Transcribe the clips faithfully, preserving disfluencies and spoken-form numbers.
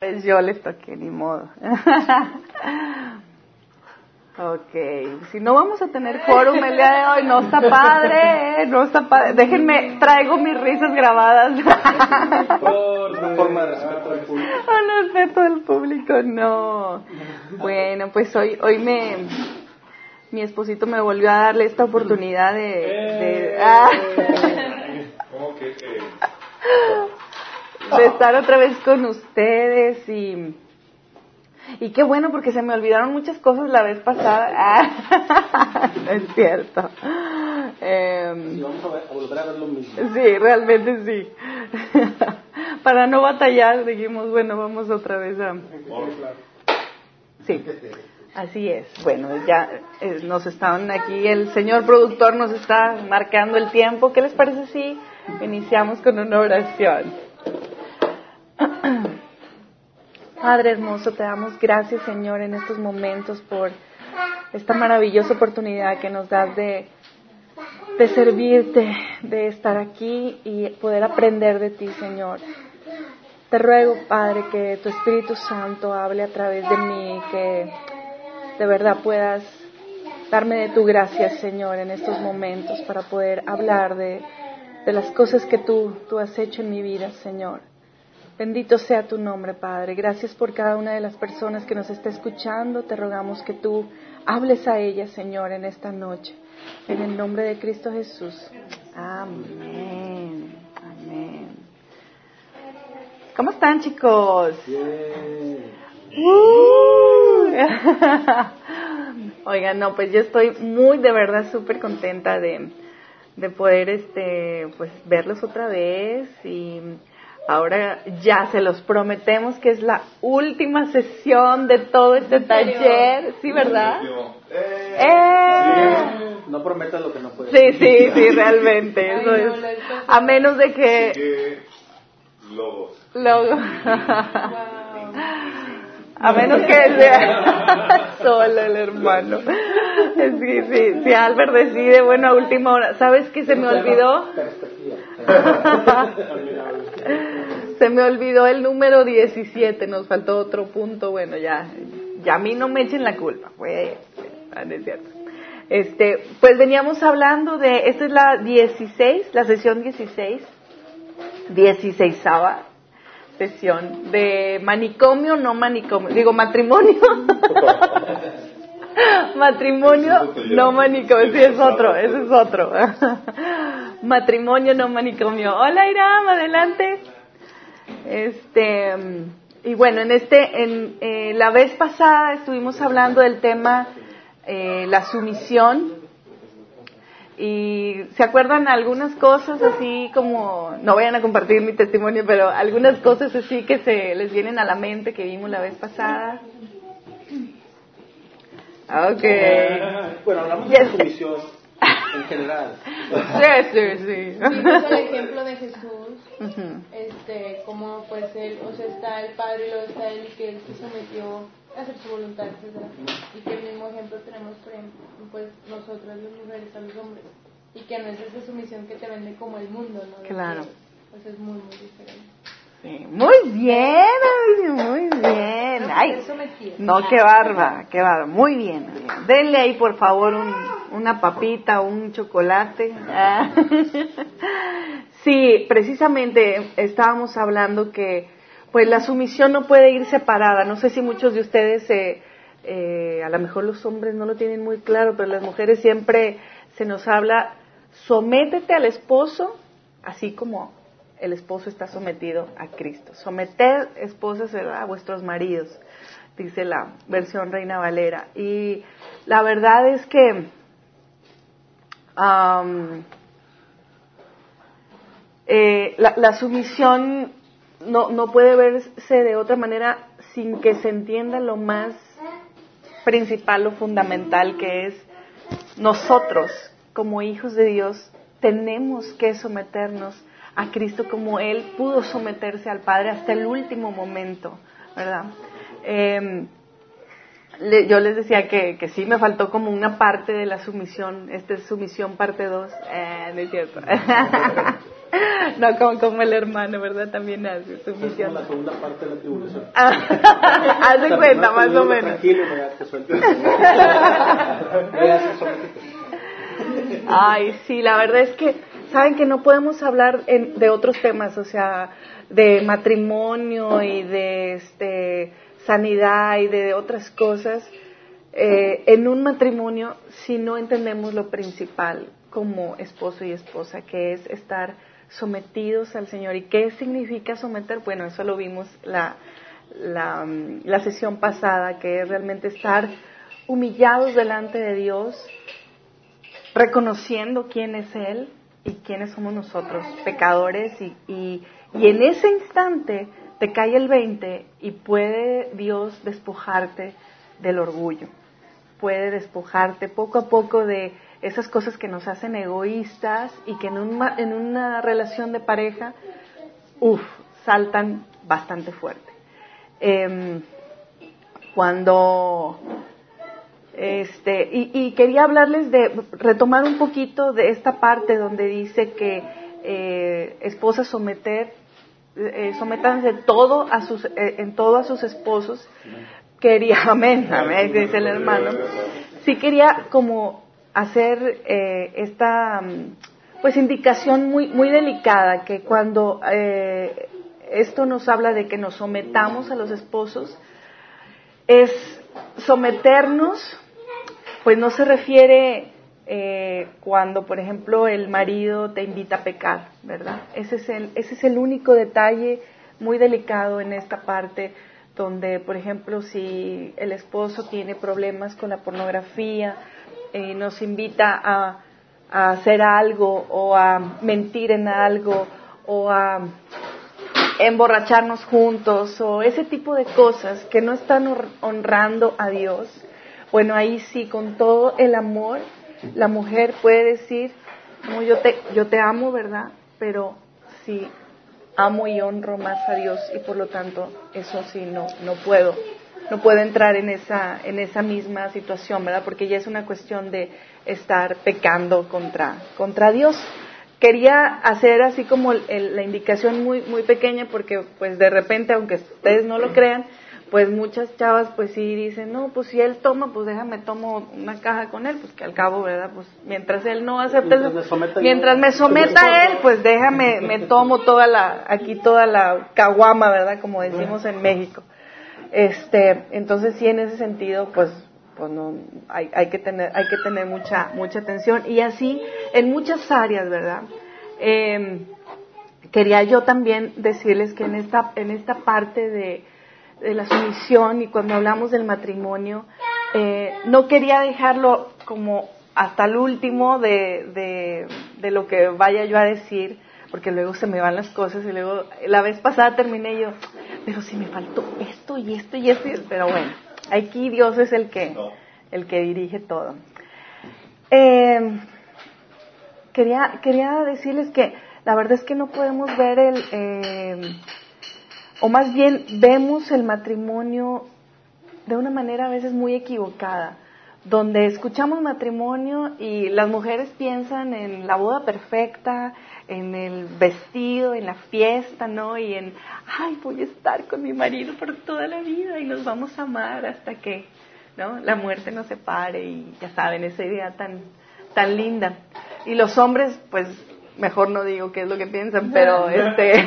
Pues yo les toqué, ni modo. Ok, si no vamos a tener quórum el día de hoy, no está padre, ¿eh? No está padre. Déjenme, traigo mis risas grabadas. Por una forma de respeto al público. No, respeto al público, no. Bueno, pues hoy, hoy me, mi esposito me volvió a darle esta oportunidad de, de, ah, ¿Cómo que? Eh? de estar otra vez con ustedes y... Y qué bueno, porque se me olvidaron muchas cosas la vez pasada. Ah, no es cierto. Eh, Sí, vamos a, ver, a volver a ver lo mismo. sí, realmente sí. Para no batallar, dijimos, bueno, vamos otra vez a... Sí, así es. Bueno, ya eh, nos estaban aquí, el señor productor nos está marcando el tiempo. ¿Qué les parece si iniciamos con una oración? Padre hermoso, te damos gracias, Señor, en estos momentos por esta maravillosa oportunidad que nos das de, de servirte, de estar aquí y poder aprender de ti, Señor. Te ruego, Padre, que tu Espíritu Santo hable a través de mí, que de verdad puedas darme de tu gracia, Señor, en estos momentos para poder hablar de, de las cosas que tú, tú has hecho en mi vida, Señor. Bendito sea tu nombre, Padre. Gracias por cada una de las personas que nos está escuchando. Te rogamos que tú hables a ellas, Señor, en esta noche. En el nombre de Cristo Jesús. Amén. Amén. ¿Cómo están, chicos? Bien. Uh. Oigan, no, pues yo estoy muy, de verdad, súper contenta de, de poder, este, pues, verlos otra vez y... Ahora ya se los prometemos que es la última sesión de todo este taller, ¿sí, verdad? Eh, ¡Eh! No prometas lo que no puedes. Sí, sí, sí, realmente, eso es. A menos de que... que logos. Logo. A menos que sea solo el hermano. Es que sí, si Albert decide, bueno, a última hora. ¿Sabes qué se me olvidó? Se me olvidó el número diecisiete, nos faltó otro punto. Bueno, ya, ya a mí no me echen la culpa. Pues, no es cierto. Este, pues veníamos hablando de, esta es la dieciséis, la sesión dieciséis, dieciséisava sesión de manicomio, no manicomio, digo matrimonio. Matrimonio, no manicomio, sí es otro, ese es otro. Matrimonio, no manicomio. Hola Iram, adelante. Este, y bueno, en este, en eh, la vez pasada estuvimos hablando del tema eh, la sumisión. Y se acuerdan algunas cosas así como, no vayan a compartir mi testimonio, pero algunas cosas así que se les vienen a la mente que vimos la vez pasada. Okay. Bueno, hablamos Yes. de sumisión en general. Sí, sí, sí. Vimos el ejemplo de Jesús, Uh-huh. este, como pues él, o sea, está el Padre y luego está él y que él se sometió a hacer su voluntad, etcétera. Y que el mismo ejemplo tenemos, por ejemplo, pues nosotras las mujeres a los hombres. Y que no es esa sumisión que te vende como el mundo, ¿no? De Claro. que, pues es muy, muy diferente. Sí. Muy bien, Amilia, muy bien. Ay, no, qué barba, qué barba. Muy bien. Denle ahí, por favor, un, una papita o un chocolate. Ah. Sí, precisamente estábamos hablando que pues la sumisión no puede ir separada. No sé si muchos de ustedes, eh, eh, a lo mejor los hombres no lo tienen muy claro, pero las mujeres siempre se nos habla, sométete al esposo, así como el esposo está sometido a Cristo. Someted, esposas, ¿verdad?, a vuestros maridos, dice la versión Reina Valera. Y la verdad es que um, eh, la, la sumisión no, no puede verse de otra manera sin que se entienda lo más principal, lo fundamental, que es nosotros, como hijos de Dios, tenemos que someternos a Cristo como Él pudo someterse al Padre hasta el último momento, ¿verdad? Eh, le, yo les decía que, que sí me faltó como una parte de la sumisión, esta es sumisión parte dos, eh, no es cierto. No, como, como el hermano, ¿verdad? También hace su Es misión. como la segunda parte de la tribulación. Haz de cuenta, más o menos. Tranquilo, me te suelto. Ay, sí, la verdad es que, saben que no podemos hablar en, de otros temas, o sea, de matrimonio y de este sanidad y de otras cosas, eh, en un matrimonio si no entendemos lo principal como esposo y esposa, que es estar sometidos al Señor. ¿Y qué significa someter? Bueno, eso lo vimos la, la, la sesión pasada, que es realmente estar humillados delante de Dios, reconociendo quién es Él y quiénes somos nosotros, pecadores, y, y, y en ese instante te cae el veinte y puede Dios despojarte del orgullo, puede despojarte poco a poco de esas cosas que nos hacen egoístas y que en, un, en una relación de pareja, uff, saltan bastante fuerte. Eh, cuando... Este, y, y quería hablarles de, retomar un poquito de esta parte donde dice que eh, esposas someter, eh, sometanse todo a sus, eh, en todo a sus esposos. Quería, amén, amén, dice el hermano. Sí quería como hacer eh, esta, pues indicación muy, muy delicada, que cuando eh, esto nos habla de que nos sometamos a los esposos, es someternos, pues no se refiere eh, cuando, por ejemplo, el marido te invita a pecar, ¿verdad? Ese es el, ese es el único detalle muy delicado en esta parte, donde, por ejemplo, si el esposo tiene problemas con la pornografía, eh, nos invita a, a hacer algo, o a mentir en algo, o a emborracharnos juntos, o ese tipo de cosas que no están honrando a Dios, bueno, ahí sí, con todo el amor, la mujer puede decir, no, yo te, yo te amo, ¿verdad? Pero sí, amo y honro más a Dios, y por lo tanto, eso sí, no, no puedo, no puedo entrar en esa, en esa misma situación, ¿verdad? Porque ya es una cuestión de estar pecando contra, contra Dios. Quería hacer así como el, el, la indicación muy muy pequeña, porque pues de repente, aunque ustedes no lo crean, pues muchas chavas pues sí dicen, no, pues si él toma, pues déjame tomo una caja con él, pues que al cabo, ¿verdad? Pues mientras él no acepte, mientras me someta, mientras me someta a él, pues déjame, me tomo toda la, aquí toda la caguama, ¿verdad? Como decimos en México. Este, entonces sí, en ese sentido, pues pues no, hay, hay que tener, hay que tener mucha, mucha atención, y así en muchas áreas, ¿verdad? Eh, quería yo también decirles que en esta, en esta parte de, de la sumisión, y cuando hablamos del matrimonio, eh, no quería dejarlo como hasta el último de, de, de lo que vaya yo a decir, porque luego se me van las cosas, y luego la vez pasada terminé yo, pero si me faltó esto y esto y esto, y esto, pero bueno. Aquí Dios es el que, el que dirige todo. Eh, quería, quería decirles que la verdad es que no podemos ver el, eh, o más bien vemos el matrimonio de una manera a veces muy equivocada, donde escuchamos matrimonio y las mujeres piensan en la boda perfecta, en el vestido, en la fiesta, ¿no? Y en, ay, voy a estar con mi marido por toda la vida y nos vamos a amar hasta que, ¿no? La muerte nos separe, y ya saben, esa idea tan, tan linda. Y los hombres, pues, mejor no digo qué es lo que piensan, pero este,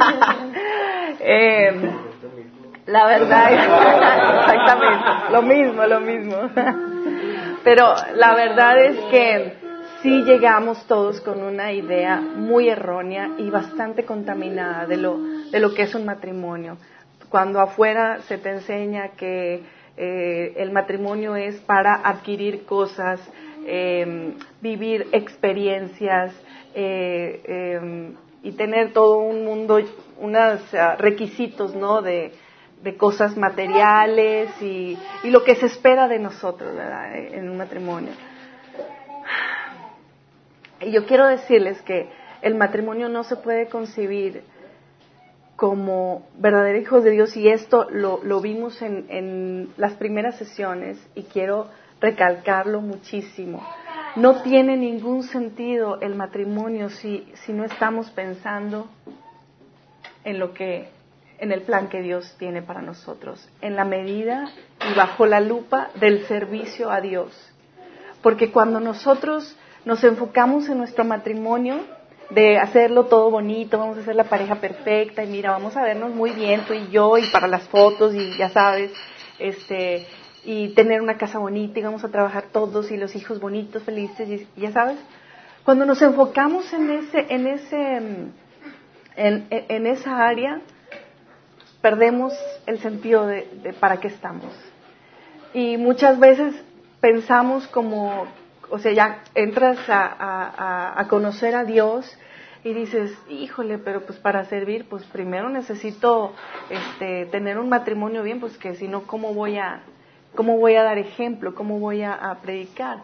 eh, la verdad, exactamente, lo mismo, lo mismo. Pero la verdad es que sí llegamos todos con una idea muy errónea y bastante contaminada de lo, de lo que es un matrimonio. Cuando afuera se te enseña que eh, el matrimonio es para adquirir cosas, eh, vivir experiencias, eh, eh, y tener todo un mundo, unos uh, requisitos, ¿no?, de, de cosas materiales y, y lo que se espera de nosotros, ¿verdad?, en un matrimonio. Y yo quiero decirles que el matrimonio no se puede concebir como verdaderos hijos de Dios, y esto lo, lo vimos en, en las primeras sesiones, y quiero recalcarlo muchísimo. No tiene ningún sentido el matrimonio si, si no estamos pensando en lo que, en el plan que Dios tiene para nosotros, en la medida y bajo la lupa del servicio a Dios. Porque cuando nosotros nos enfocamos en nuestro matrimonio, de hacerlo todo bonito, vamos a hacer la pareja perfecta, y mira, vamos a vernos muy bien tú y yo, y para las fotos, y ya sabes, este, y tener una casa bonita, y vamos a trabajar todos, y los hijos bonitos, felices, y, y ya sabes, cuando nos enfocamos en ese, en ese, en, en, en esa área, perdemos el sentido de, de para qué estamos. Y muchas veces pensamos como, o sea, ya entras a, a, a conocer a Dios y dices, híjole, pero pues para servir, pues primero necesito este, tener un matrimonio bien, pues que si no, ¿cómo voy a, cómo voy a dar ejemplo? ¿Cómo voy a, a predicar?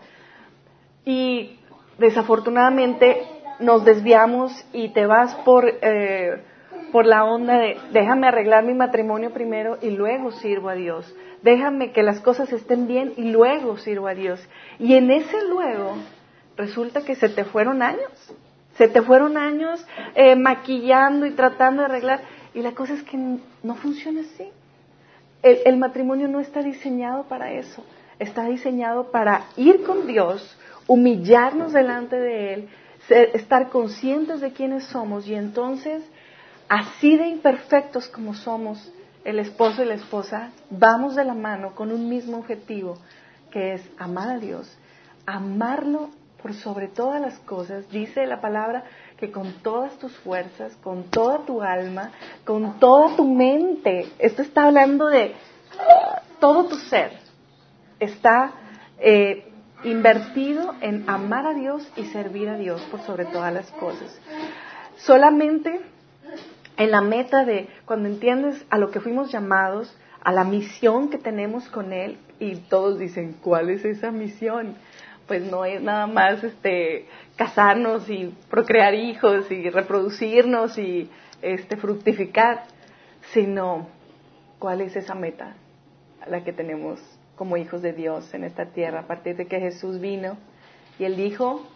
Y desafortunadamente nos desviamos y te vas por, eh, por la onda de, déjame arreglar mi matrimonio primero y luego sirvo a Dios. Déjame que las cosas estén bien y luego sirvo a Dios. Y en ese luego resulta que se te fueron años. Se te fueron años eh, maquillando y tratando de arreglar. Y la cosa es que no funciona así. El, el matrimonio no está diseñado para eso. Está diseñado para ir con Dios, humillarnos delante de Él, ser, estar conscientes de quiénes somos. Y entonces, así de imperfectos como somos, el esposo y la esposa, vamos de la mano con un mismo objetivo, que es amar a Dios, amarlo por sobre todas las cosas. Dice la palabra que con todas tus fuerzas, con toda tu alma, con toda tu mente, esto está hablando de uh, todo tu ser, está eh, invertido en amar a Dios y servir a Dios por sobre todas las cosas. Solamente en la meta de, cuando entiendes a lo que fuimos llamados, a la misión que tenemos con Él, y todos dicen, ¿cuál es esa misión? Pues no es nada más este casarnos y procrear hijos y reproducirnos y este fructificar, sino ¿cuál es esa meta a la que tenemos como hijos de Dios en esta tierra? A partir de que Jesús vino y Él dijo,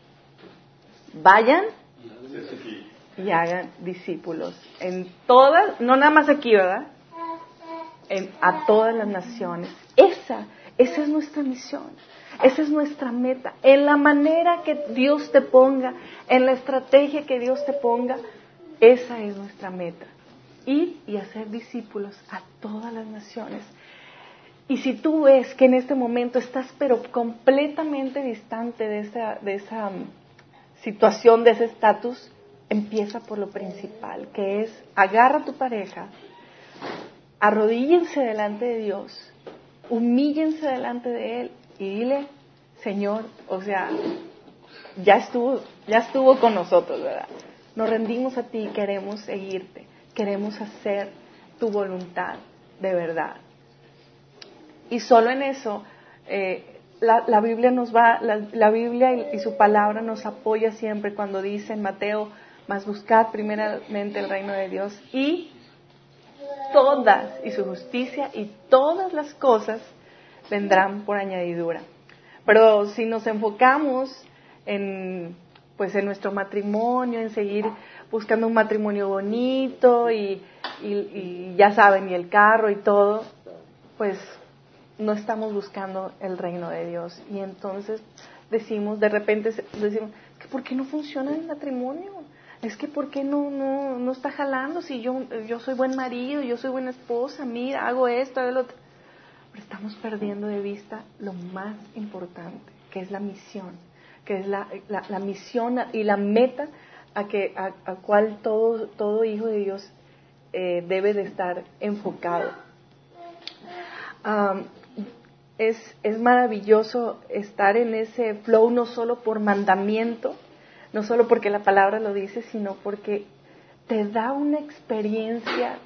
vayan y hagan discípulos en todas, no nada más aquí, ¿verdad? En, a todas las naciones. Esa, esa es nuestra misión, esa es nuestra meta. En la manera que Dios te ponga, en la estrategia que Dios te ponga, esa es nuestra meta. Ir y hacer discípulos a todas las naciones. Y si tú ves que en este momento estás pero completamente distante de esa, de esa um, situación, de ese estatus, empieza por lo principal, que es agarra a tu pareja, arrodíllense delante de Dios, humíllense delante de Él y dile, Señor, o sea, ya estuvo, ya estuvo con nosotros, ¿verdad? Nos rendimos a ti, queremos seguirte, queremos hacer tu voluntad de verdad. Y solo en eso, eh, la, la Biblia nos va, la, la Biblia y, y su palabra nos apoya siempre cuando dice en Mateo, mas buscad primeramente el reino de Dios y todas, y su justicia, y todas las cosas vendrán por añadidura. Pero si nos enfocamos en, pues en nuestro matrimonio, en seguir buscando un matrimonio bonito y, y, y ya saben, y el carro y todo, pues no estamos buscando el reino de Dios. Y entonces decimos, de repente decimos, ¿por qué no funciona el matrimonio? Es que ¿por qué no, no, no está jalando? Si yo, yo soy buen marido, yo soy buena esposa, mira, hago esto, hago lo otro. Pero estamos perdiendo de vista lo más importante, que es la misión, que es la, la, la misión y la meta a que a, a cual todo, todo hijo de Dios eh, debe de estar enfocado. Um, es, es maravilloso estar en ese flow, no solo por mandamiento, no solo porque la palabra lo dice, sino porque te da una experiencia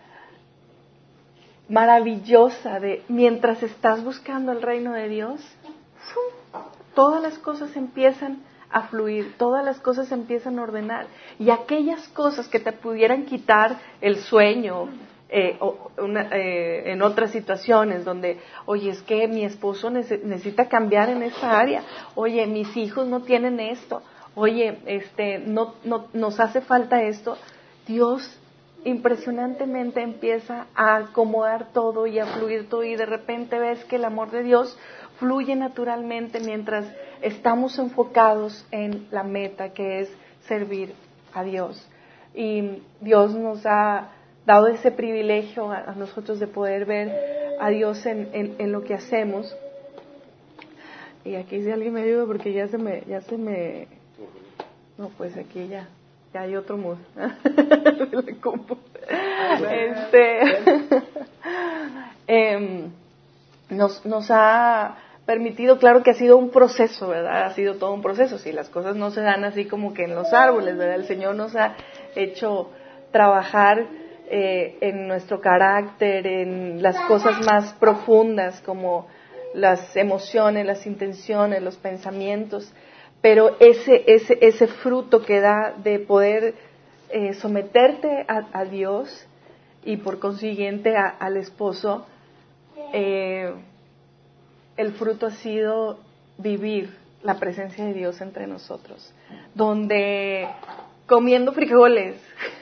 maravillosa de mientras estás buscando el reino de Dios, todas las cosas empiezan a fluir, todas las cosas se empiezan a ordenar, y aquellas cosas que te pudieran quitar el sueño, eh, o una, eh, en otras situaciones donde, oye, es que mi esposo nece- necesita cambiar en esta área, oye, mis hijos no tienen esto, oye, este, no, no, nos hace falta esto. Dios impresionantemente empieza a acomodar todo y a fluir todo, y de repente ves que el amor de Dios fluye naturalmente mientras estamos enfocados en la meta, que es servir a Dios. Y Dios nos ha dado ese privilegio a, a nosotros de poder ver a Dios en, en, en lo que hacemos. Y aquí si alguien me ayuda porque ya se me, ya se me, no, pues aquí ya, ya hay otro mood. este, eh, nos, nos ha permitido, claro que ha sido un proceso, ¿verdad? Ha sido todo un proceso. Si las cosas no se dan así como que en los árboles, ¿verdad? El Señor nos ha hecho trabajar eh, en nuestro carácter, en las cosas más profundas, como las emociones, las intenciones, los pensamientos. Pero ese, ese, ese fruto que da de poder eh, someterte a, a Dios y por consiguiente a, al esposo, eh, el fruto ha sido vivir la presencia de Dios entre nosotros, donde comiendo frijoles,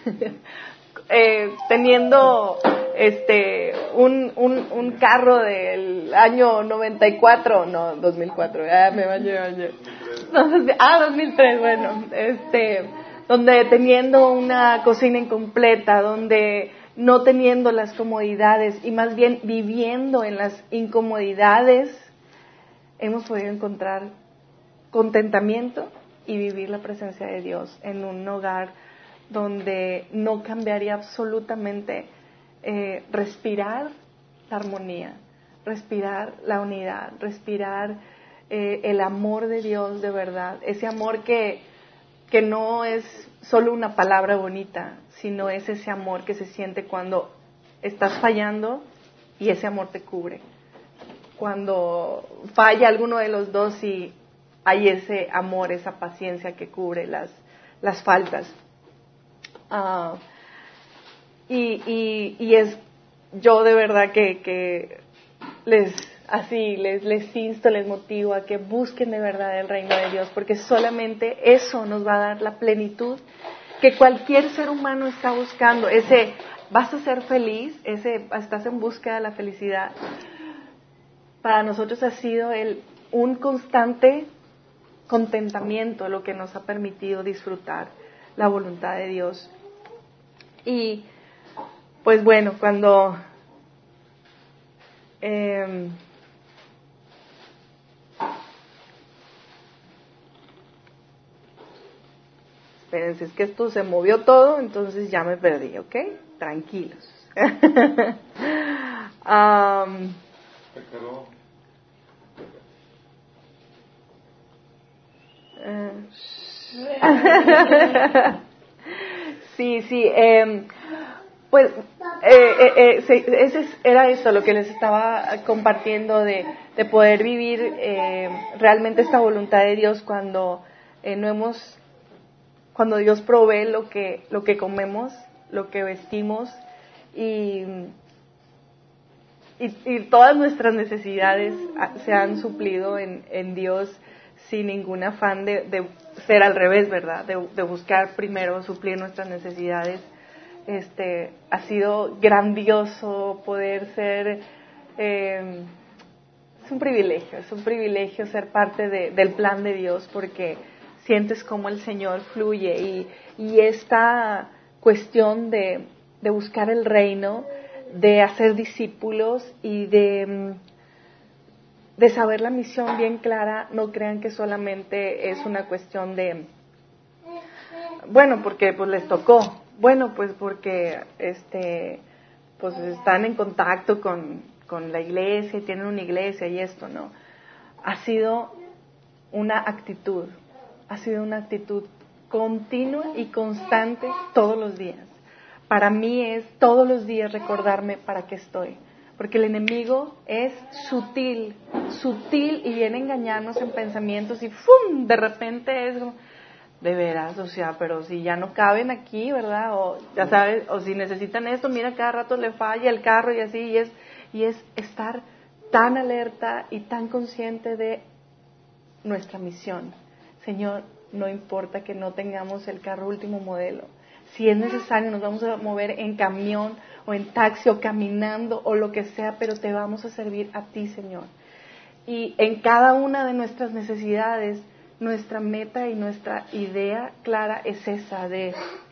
eh, teniendo este un, un, un carro del año noventa y cuatro, no, dos mil cuatro, ah, me bañé, bañé. Ah, dos mil tres, bueno, este, donde teniendo una cocina incompleta, donde no teniendo las comodidades y más bien viviendo en las incomodidades, hemos podido encontrar contentamiento y vivir la presencia de Dios en un hogar donde no cambiaría absolutamente eh, respirar la armonía, respirar la unidad, respirar eh, el amor de Dios de verdad, ese amor que, que no es solo una palabra bonita, sino es ese amor que se siente cuando estás fallando y ese amor te cubre. Cuando falla alguno de los dos y hay ese amor, esa paciencia que cubre las, las faltas. Uh, y, y, y es yo de verdad que, que les así les, les insto, les motivo a que busquen de verdad el reino de Dios, porque solamente eso nos va a dar la plenitud que cualquier ser humano está buscando. Ese vas a ser feliz, ese estás en búsqueda de la felicidad. Para nosotros ha sido el, un constante contentamiento lo que nos ha permitido disfrutar la voluntad de Dios. Y pues bueno, cuando eh, espérense, es que esto se movió todo, entonces ya me perdí, ¿ok? Tranquilos. um, sí, sí, eh, pues eh, eh, eh, se, ese era eso lo que les estaba compartiendo de, de poder vivir eh, realmente esta voluntad de Dios cuando eh, no hemos, cuando Dios provee lo que lo que comemos, lo que vestimos y y, y todas nuestras necesidades se han suplido en, en Dios sin ningún afán de, de ser al revés, ¿verdad? De, de buscar primero suplir nuestras necesidades. Este, ha sido grandioso poder ser, eh, es un privilegio, es un privilegio ser parte de, del plan de Dios, porque sientes cómo el Señor fluye y, y esta cuestión de, de buscar el reino, de hacer discípulos y de, de saber la misión bien clara. No crean que solamente es una cuestión de, bueno, porque pues les tocó, bueno, pues porque este, pues están en contacto con, con la iglesia y tienen una iglesia y esto, ¿no? Ha sido una actitud, ha sido una actitud continua y constante todos los días. Para mí es todos los días recordarme para qué estoy, porque el enemigo es sutil, sutil y viene a engañarnos en pensamientos y ¡fum! De repente es como, de veras, o sea, pero si ya no caben aquí, ¿verdad? O ya sabes, o si necesitan esto, mira, cada rato le falla el carro y así, y es, y es estar tan alerta y tan consciente de nuestra misión. Señor, no importa que no tengamos el carro último modelo, si es necesario nos vamos a mover en camión o en taxi o caminando o lo que sea, pero te vamos a servir a ti, Señor. Y en cada una de nuestras necesidades, nuestra meta y nuestra idea clara es esa de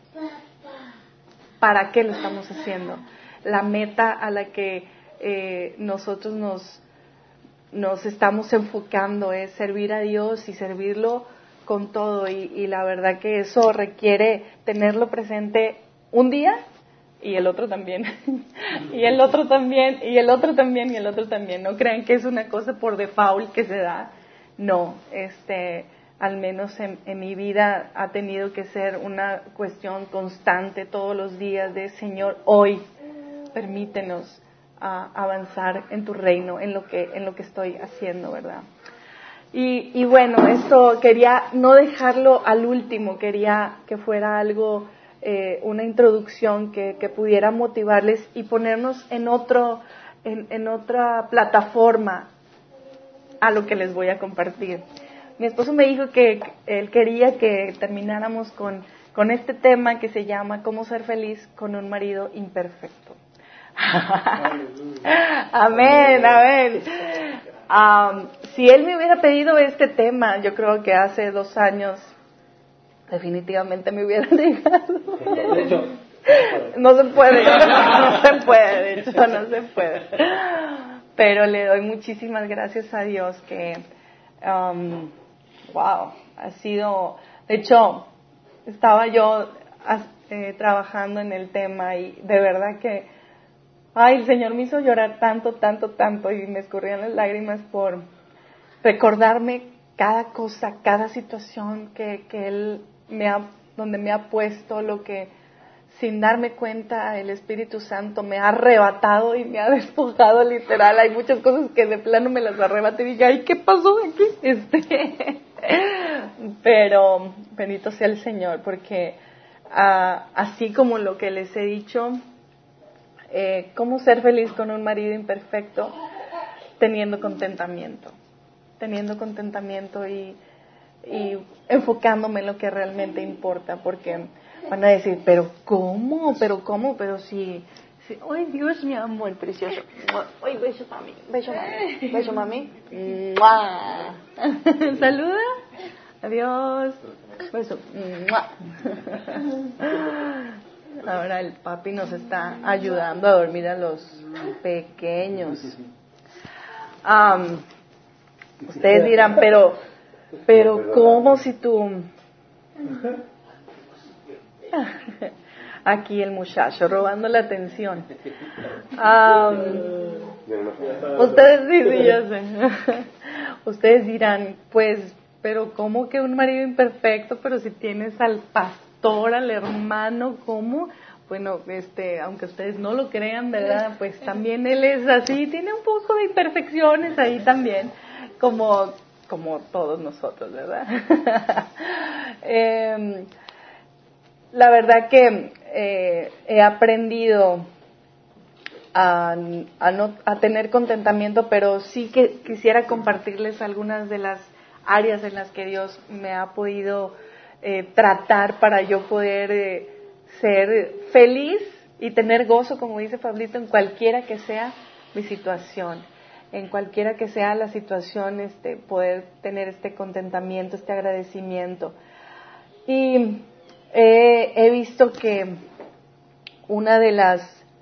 ¿para qué lo estamos haciendo? La meta a la que eh, nosotros nos, nos estamos enfocando es servir a Dios y servirlo con todo. Y, y la verdad que eso requiere tenerlo presente un día y el otro también, y el otro también, y el otro también, y el otro también. No crean que es una cosa por default que se da. No, este... al menos en, en mi vida ha tenido que ser una cuestión constante todos los días de Señor, hoy permítenos uh, avanzar en tu reino, en lo que en lo que estoy haciendo, ¿verdad? Y, y bueno, esto quería no dejarlo al último, quería que fuera algo, eh, una introducción que, que pudiera motivarles y ponernos en otro, en, en otra plataforma a lo que les voy a compartir. Mi esposo me dijo que él quería que termináramos con, con este tema que se llama ¿Cómo ser feliz con un marido imperfecto? Amén, amén. Um, si él me hubiera pedido este tema, yo creo que hace dos años definitivamente me hubiera negado. De hecho, no se puede, no se puede, de hecho no se puede. Pero le doy muchísimas gracias a Dios que... Um, wow, ha sido, de hecho, estaba yo eh, trabajando en el tema y de verdad que, ay, el Señor me hizo llorar tanto, tanto, tanto y me escurrían las lágrimas por recordarme cada cosa, cada situación que, que Él me ha, donde me ha puesto, lo que sin darme cuenta el Espíritu Santo me ha arrebatado y me ha despojado literal. Hay muchas cosas que de plano me las arrebaté y dije, ay, ¿qué pasó aquí? Este, pero bendito sea el Señor, porque uh, así como lo que les he dicho, eh, cómo ser feliz con un marido imperfecto, teniendo contentamiento, teniendo contentamiento y, y enfocándome en lo que realmente importa, porque van a decir, pero ¿cómo? ¿Pero cómo? Pero si, si ¡ay, Dios, mi amor precioso! ¡Ay, beso, mami! ¡Beso, mami! ¡Beso, mami! ¡Mua! ¡Saluda! ¡Adiós! ¡Beso! ¡Mua! Ahora el papi nos está ayudando a dormir a los pequeños. Um, ustedes dirán, pero, pero ¿cómo si tú... Aquí el muchacho robando la atención. Um, ustedes sí, sí, yo sé. Ustedes dirán, pues, pero ¿cómo que un marido imperfecto? Pero si tienes al pastor, al hermano, ¿cómo? Bueno, este, aunque ustedes no lo crean, ¿verdad? Pues también él es así, tiene un poco de imperfecciones ahí también, como, como todos nosotros, ¿verdad? eh, La verdad que eh, he aprendido a, a, no, a tener contentamiento, pero sí que quisiera compartirles algunas de las áreas en las que Dios me ha podido eh, tratar para yo poder eh, ser feliz y tener gozo, como dice Pablito, en cualquiera que sea mi situación, en cualquiera que sea la situación, este, poder tener este contentamiento, este agradecimiento. Y Eh, he visto que una de las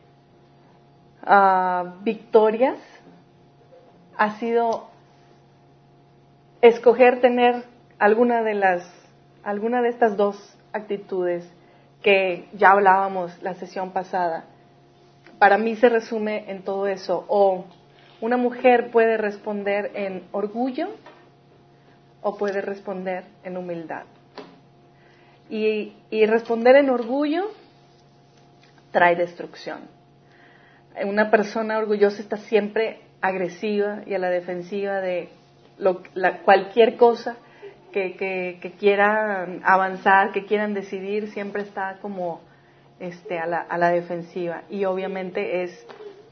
uh, victorias ha sido escoger tener alguna de las, alguna de estas dos actitudes que ya hablábamos la sesión pasada. Para mí se resume en todo eso. O una mujer puede responder en orgullo o puede responder en humildad. Y, y responder en orgullo trae destrucción. Una persona orgullosa está siempre agresiva y a la defensiva de lo, la, cualquier cosa que, que, que quieran avanzar, que quieran decidir, siempre está como este, a la, a la defensiva. Y obviamente es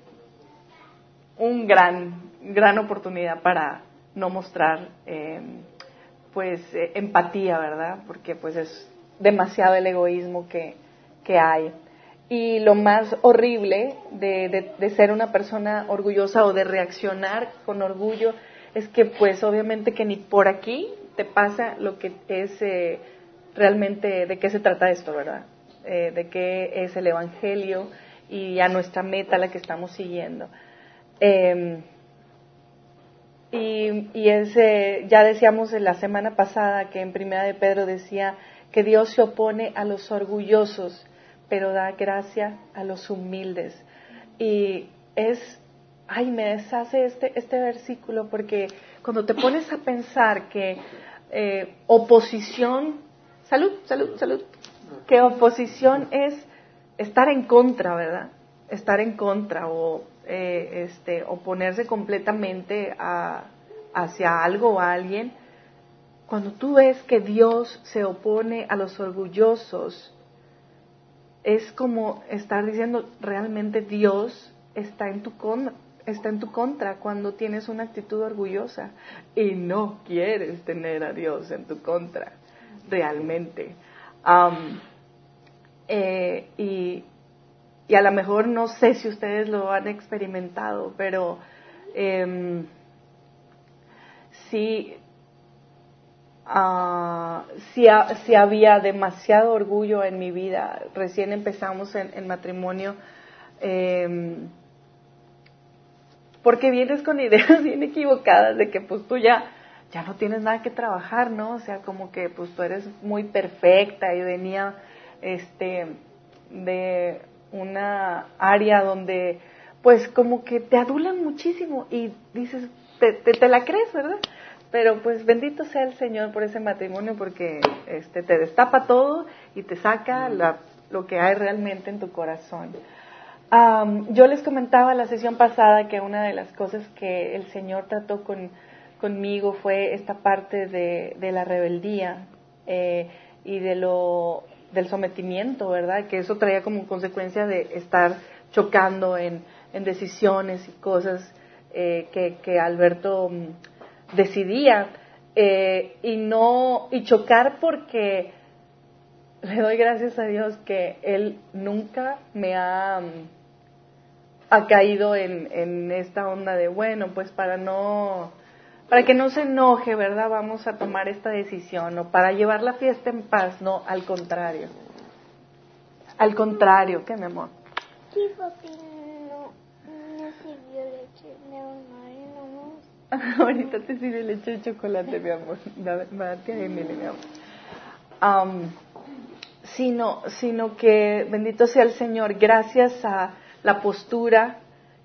un gran, gran oportunidad para no mostrar eh, pues eh, empatía, ¿verdad? Porque pues es demasiado el egoísmo que, que hay. Y lo más horrible de, de, de ser una persona orgullosa o de reaccionar con orgullo es que pues obviamente que ni por aquí te pasa lo que es eh, realmente de qué se trata esto, ¿verdad? Eh, de qué es el Evangelio y a nuestra meta la que estamos siguiendo. Eh, y y es, eh, ya decíamos la semana pasada que en Primera de Pedro decía que Dios se opone a los orgullosos, pero da gracia a los humildes. Y es, ay, me deshace este, este versículo porque cuando te pones a pensar que eh, oposición, salud, salud, salud, que oposición es estar en contra, ¿verdad? Estar en contra o eh, este, oponerse completamente a, hacia algo o a alguien. Cuando tú ves que Dios se opone a los orgullosos, es como estar diciendo, realmente Dios está en tu contra, está en tu contra cuando tienes una actitud orgullosa y no quieres tener a Dios en tu contra, realmente. Um, eh, y, y a lo mejor no sé si ustedes lo han experimentado, pero eh, sí, uh, sí, ha, sí había demasiado orgullo en mi vida. Recién empezamos en, en matrimonio, eh, porque vienes con ideas bien equivocadas de que pues tú ya, ya no tienes nada que trabajar, ¿no? O sea, como que pues tú eres muy perfecta y venía este de una área donde pues como que te adulan muchísimo y dices, te, te, te la crees, ¿verdad? Pero pues bendito sea el Señor por ese matrimonio porque este te destapa todo y te saca la, lo que hay realmente en tu corazón. Um, yo les comentaba la sesión pasada que una de las cosas que el Señor trató con, conmigo fue esta parte de, de la rebeldía eh, y de lo del sometimiento, ¿verdad? Que eso traía como consecuencia de estar chocando en, en decisiones y cosas eh, que, que Alberto um, decidía eh, y no y chocar porque le doy gracias a Dios que Él nunca me ha um, ha caído en, en esta onda de, bueno, pues para no, para que no se enoje, ¿verdad? Vamos a tomar esta decisión, o para llevar la fiesta en paz, no, al contrario. Al contrario, ¿qué, mi amor? Sí, papi, no, no sirvió leche de mamá, no. Ahorita te sirve leche de chocolate, mi amor. Date ahí, mi amor. Um, sino, sino que, bendito sea el Señor, gracias a la postura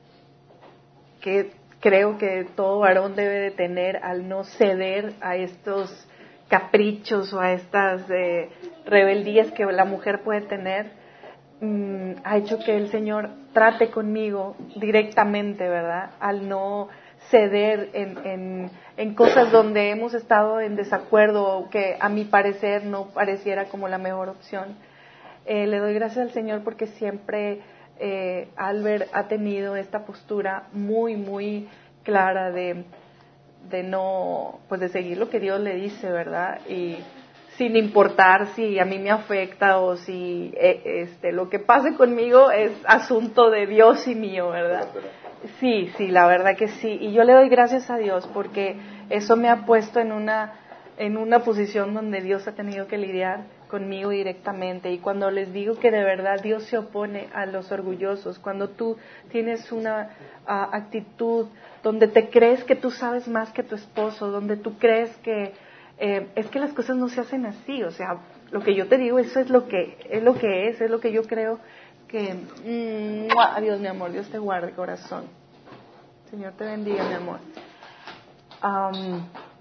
que creo que todo varón debe de tener al no ceder a estos caprichos o a estas eh, rebeldías que la mujer puede tener, mmm, ha hecho que el Señor trate conmigo directamente, ¿verdad? Al no ceder en, en, en cosas donde hemos estado en desacuerdo o que a mi parecer no pareciera como la mejor opción. Eh, le doy gracias al Señor porque siempre Eh, Albert ha tenido esta postura muy muy clara de, de no, pues de seguir lo que Dios le dice, ¿verdad? Y sin importar si a mí me afecta o si eh, este lo que pase conmigo es asunto de Dios y mío, ¿verdad? Sí, sí, la verdad que sí. Y yo le doy gracias a Dios porque eso me ha puesto en una en una posición donde Dios ha tenido que lidiar conmigo directamente. Y cuando les digo que de verdad Dios se opone a los orgullosos, cuando tú tienes una uh, actitud donde te crees que tú sabes más que tu esposo, donde tú crees que eh, es que las cosas no se hacen así, o sea, lo que yo te digo, eso es lo que es, lo que es, es lo que yo creo que... Mm, adiós, mi amor, Dios te guarde, corazón. Señor te bendiga, mi amor. Um,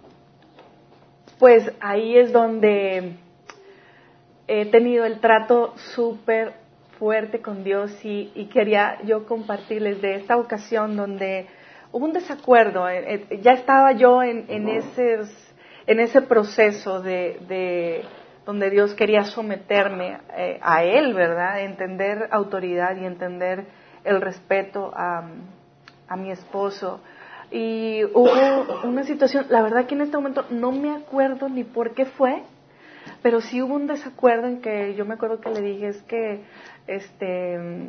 pues ahí es donde he tenido el trato súper fuerte con Dios y, y quería yo compartirles de esta ocasión donde hubo un desacuerdo. Eh, eh, ya estaba yo en, en, esos, en ese proceso de, de donde Dios quería someterme eh, a Él, ¿verdad? Entender autoridad y entender el respeto a, a mi esposo. Y hubo una situación, la verdad que en este momento no me acuerdo ni por qué fue, pero sí hubo un desacuerdo en que yo me acuerdo que le dije, es que este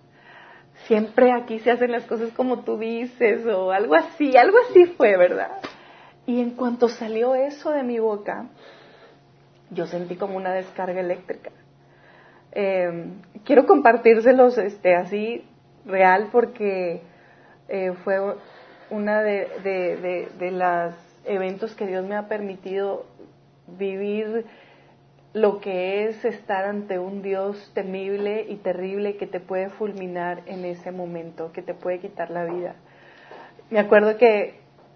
siempre aquí se hacen las cosas como tú dices, o algo así, algo así fue, ¿verdad? Y en cuanto salió eso de mi boca, yo sentí como una descarga eléctrica. Eh, quiero compartírselos este, así, real, porque eh, fue una de, de, de, de los eventos que Dios me ha permitido vivir, lo que es estar ante un Dios temible y terrible que te puede fulminar en ese momento, que te puede quitar la vida. Me acuerdo que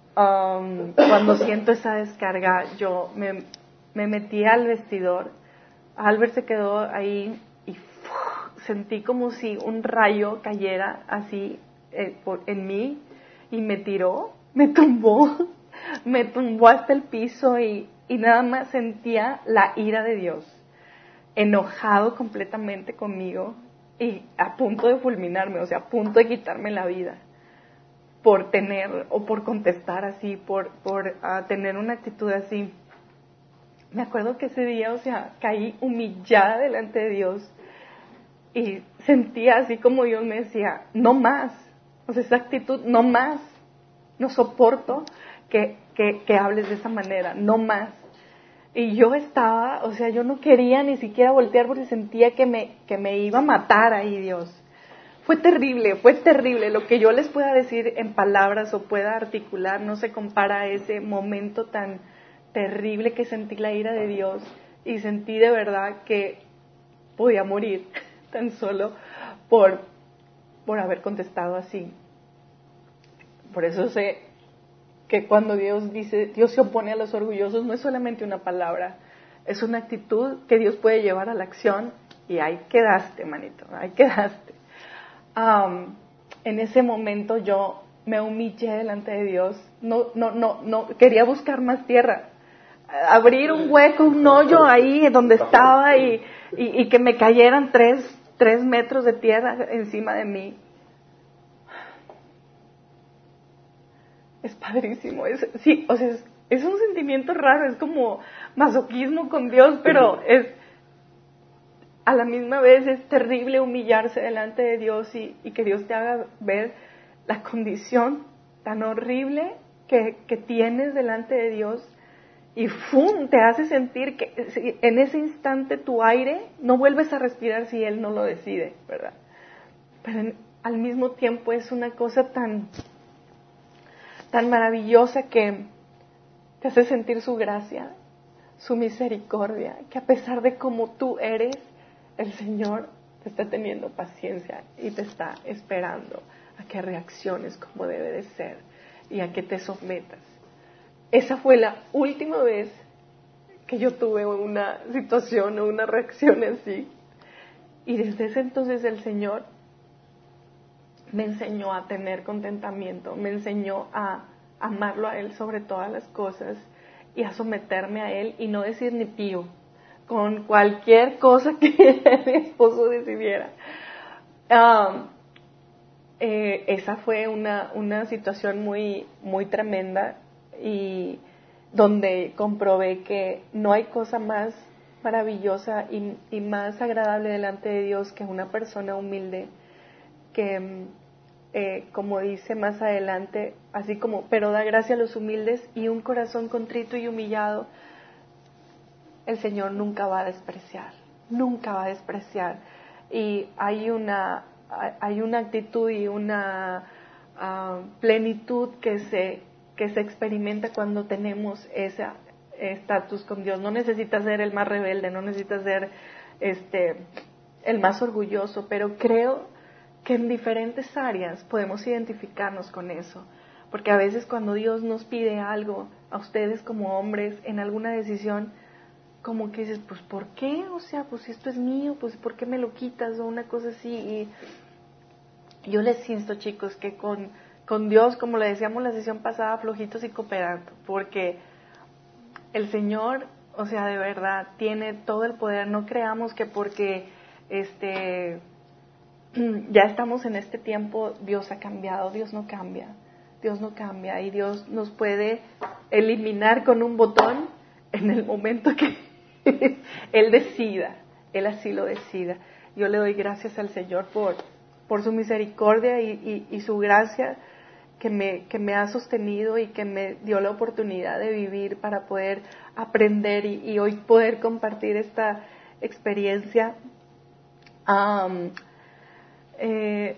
um, cuando siento esa descarga, yo me, me metí al vestidor, Albert se quedó ahí y ¡fuf! Sentí como si un rayo cayera así eh, por, en mí y me tiró, me tumbó, me tumbó hasta el piso y Y nada más sentía la ira de Dios, enojado completamente conmigo y a punto de fulminarme, o sea, a punto de quitarme la vida, por tener o por contestar así, por, por uh, tener una actitud así. Me acuerdo que ese día, o sea, caí humillada delante de Dios y sentía así como Dios me decía, no más, o sea, esa actitud, no más, no soporto que, que, que hables de esa manera, no más. Y yo estaba, o sea, yo no quería ni siquiera voltear porque sentía que me, que me iba a matar ahí Dios. Fue terrible, fue terrible. Lo que yo les pueda decir en palabras o pueda articular no se compara a ese momento tan terrible que sentí la ira de Dios y sentí de verdad que podía morir tan solo por, por haber contestado así. Por eso sé que cuando Dios dice, Dios se opone a los orgullosos, no es solamente una palabra, es una actitud que Dios puede llevar a la acción y ahí quedaste, manito, ahí quedaste. Um, en ese momento yo me humillé delante de Dios, no, no, no, no, quería buscar más tierra, abrir un hueco, un hoyo ahí donde estaba y, y, y que me cayeran tres, tres metros de tierra encima de mí. Es padrísimo, es, sí, o sea, es, es un sentimiento raro, es como masoquismo con Dios, pero es, a la misma vez es terrible humillarse delante de Dios y, y que Dios te haga ver la condición tan horrible que, que tienes delante de Dios y ¡fum! Te hace sentir que en ese instante tu aire no vuelves a respirar si Él no lo decide, ¿verdad? Pero en, al mismo tiempo es una cosa tan... tan maravillosa que te hace sentir su gracia, su misericordia, que a pesar de cómo tú eres, el Señor te está teniendo paciencia y te está esperando a que reacciones como debe de ser y a que te sometas. Esa fue la última vez que yo tuve una situación o una reacción así. Y desde ese entonces el Señor me enseñó a tener contentamiento, me enseñó a amarlo a Él sobre todas las cosas y a someterme a Él y no decir ni pío con cualquier cosa que mi esposo decidiera. Um, eh, esa fue una, una situación muy, muy tremenda y donde comprobé que no hay cosa más maravillosa y, y más agradable delante de Dios que una persona humilde que, eh, como dice más adelante, así como, pero da gracia a los humildes y un corazón contrito y humillado, el Señor nunca va a despreciar, nunca va a despreciar. Y hay una, hay una actitud y una uh, plenitud que se, que se experimenta cuando tenemos ese estatus con Dios. No necesitas ser el más rebelde, no necesitas ser este, el más orgulloso, pero creo que en diferentes áreas podemos identificarnos con eso. Porque a veces cuando Dios nos pide algo a ustedes como hombres en alguna decisión, como que dices, pues ¿por qué? O sea, pues esto es mío, pues ¿por qué me lo quitas? O una cosa así. Y yo les insto, chicos, que con, con Dios, como le decíamos la sesión pasada, flojitos y cooperando, porque el Señor, o sea, de verdad, tiene todo el poder. No creamos que porque este ya estamos en este tiempo, Dios ha cambiado. Dios no cambia. Dios no cambia y Dios nos puede eliminar con un botón en el momento que Él decida. Él así lo decida. Yo le doy gracias al Señor por, por su misericordia y, y, y su gracia que me, que me ha sostenido y que me dio la oportunidad de vivir para poder aprender y, y hoy poder compartir esta experiencia. Um, eh,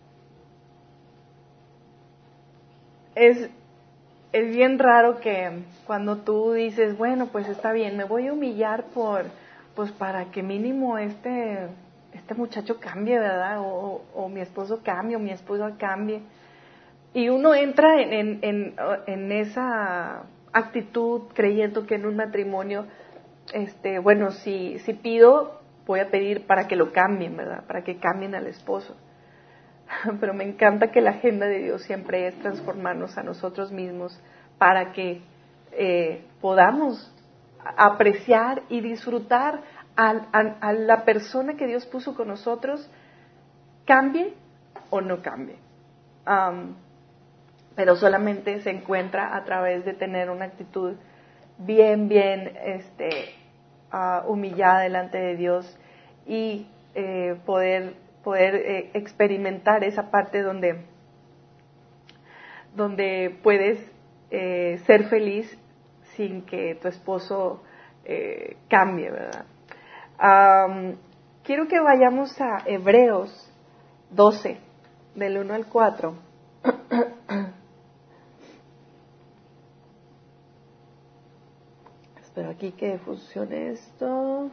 es, es bien raro que cuando tú dices, bueno, pues está bien, me voy a humillar por, pues para que mínimo este, este muchacho cambie, ¿verdad? O, o mi esposo cambie, o mi esposa cambie. Y uno entra en, en, en, en esa actitud creyendo que en un matrimonio, este, bueno, si, si pido, voy a pedir para que lo cambien, ¿verdad? Para que cambien al esposo. Pero me encanta que la agenda de Dios siempre es transformarnos a nosotros mismos para que eh, podamos apreciar y disfrutar a, a, a la persona que Dios puso con nosotros, cambie o no cambie. Um, pero solamente se encuentra a través de tener una actitud bien, bien este, uh, humillada delante de Dios y eh, poder poder eh, experimentar esa parte donde, donde puedes eh, ser feliz sin que tu esposo eh, cambie, ¿verdad? Um, quiero que vayamos a Hebreos doce, del uno al cuatro. Espero aquí que funcione esto.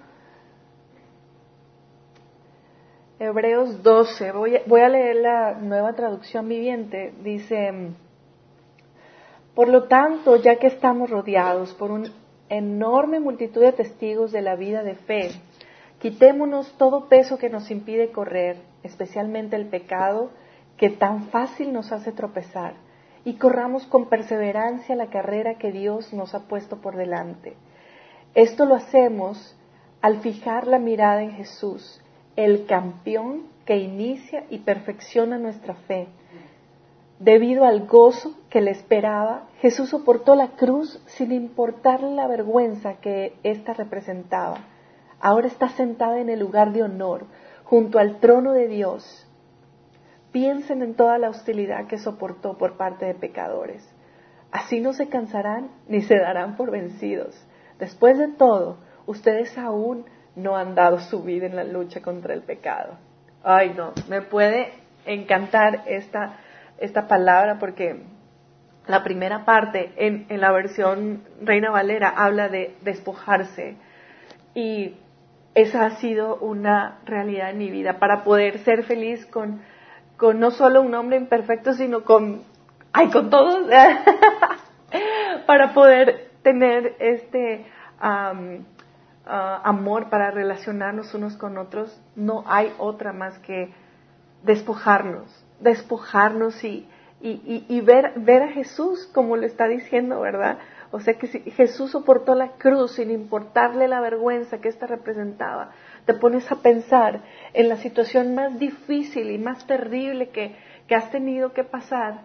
Hebreos doce, voy a, voy a leer la Nueva Traducción Viviente. Dice: por lo tanto, ya que estamos rodeados por una enorme multitud de testigos de la vida de fe, quitémonos todo peso que nos impide correr, especialmente el pecado que tan fácil nos hace tropezar, y corramos con perseverancia la carrera que Dios nos ha puesto por delante. Esto lo hacemos al fijar la mirada en Jesús, el campeón que inicia y perfecciona nuestra fe. Debido al gozo que le esperaba, Jesús soportó la cruz sin importarle la vergüenza que ésta representaba. Ahora está sentada en el lugar de honor, junto al trono de Dios. Piensen en toda la hostilidad que soportó por parte de pecadores. Así no se cansarán ni se darán por vencidos. Después de todo, ustedes aún no han dado su vida en la lucha contra el pecado. Ay, no, me puede encantar esta, esta palabra porque la primera parte en, en la versión Reina Valera habla de despojarse y esa ha sido una realidad en mi vida para poder ser feliz con, con no solo un hombre imperfecto, sino con, ay, con todos, para poder tener este um, Uh, amor para relacionarnos unos con otros. No hay otra más que despojarnos, despojarnos y, y, y, y ver, ver a Jesús como lo está diciendo, ¿verdad? O sea que si Jesús soportó la cruz sin importarle la vergüenza que ésta representaba, te pones a pensar en la situación más difícil y más terrible que, que has tenido que pasar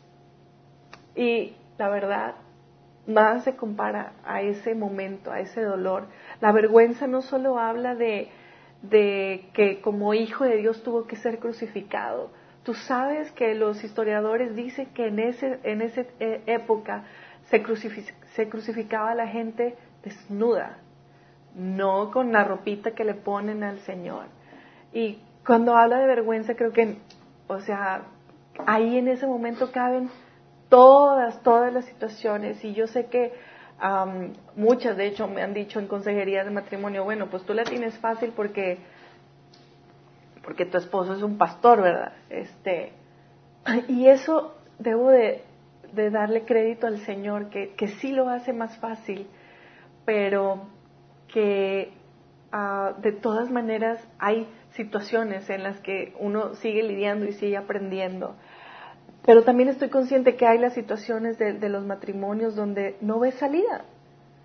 y la verdad nada se compara a ese momento, a ese dolor. La vergüenza no solo habla de, de que como hijo de Dios tuvo que ser crucificado. Tú sabes que los historiadores dicen que en ese en esa eh, época se, crucific- se crucificaba a la gente desnuda, no con la ropita que le ponen al Señor. Y cuando habla de vergüenza, creo que, o sea, ahí en ese momento caben todas, todas las situaciones. Y yo sé que um, muchas, de hecho, me han dicho en consejería de matrimonio, bueno, pues tú la tienes fácil porque porque tu esposo es un pastor, ¿verdad? Este, y eso debo de, de darle crédito al Señor, que, que sí lo hace más fácil, pero que uh, de todas maneras hay situaciones en las que uno sigue lidiando y sigue aprendiendo. Pero también estoy consciente que hay las situaciones de, de los matrimonios donde no ves salida.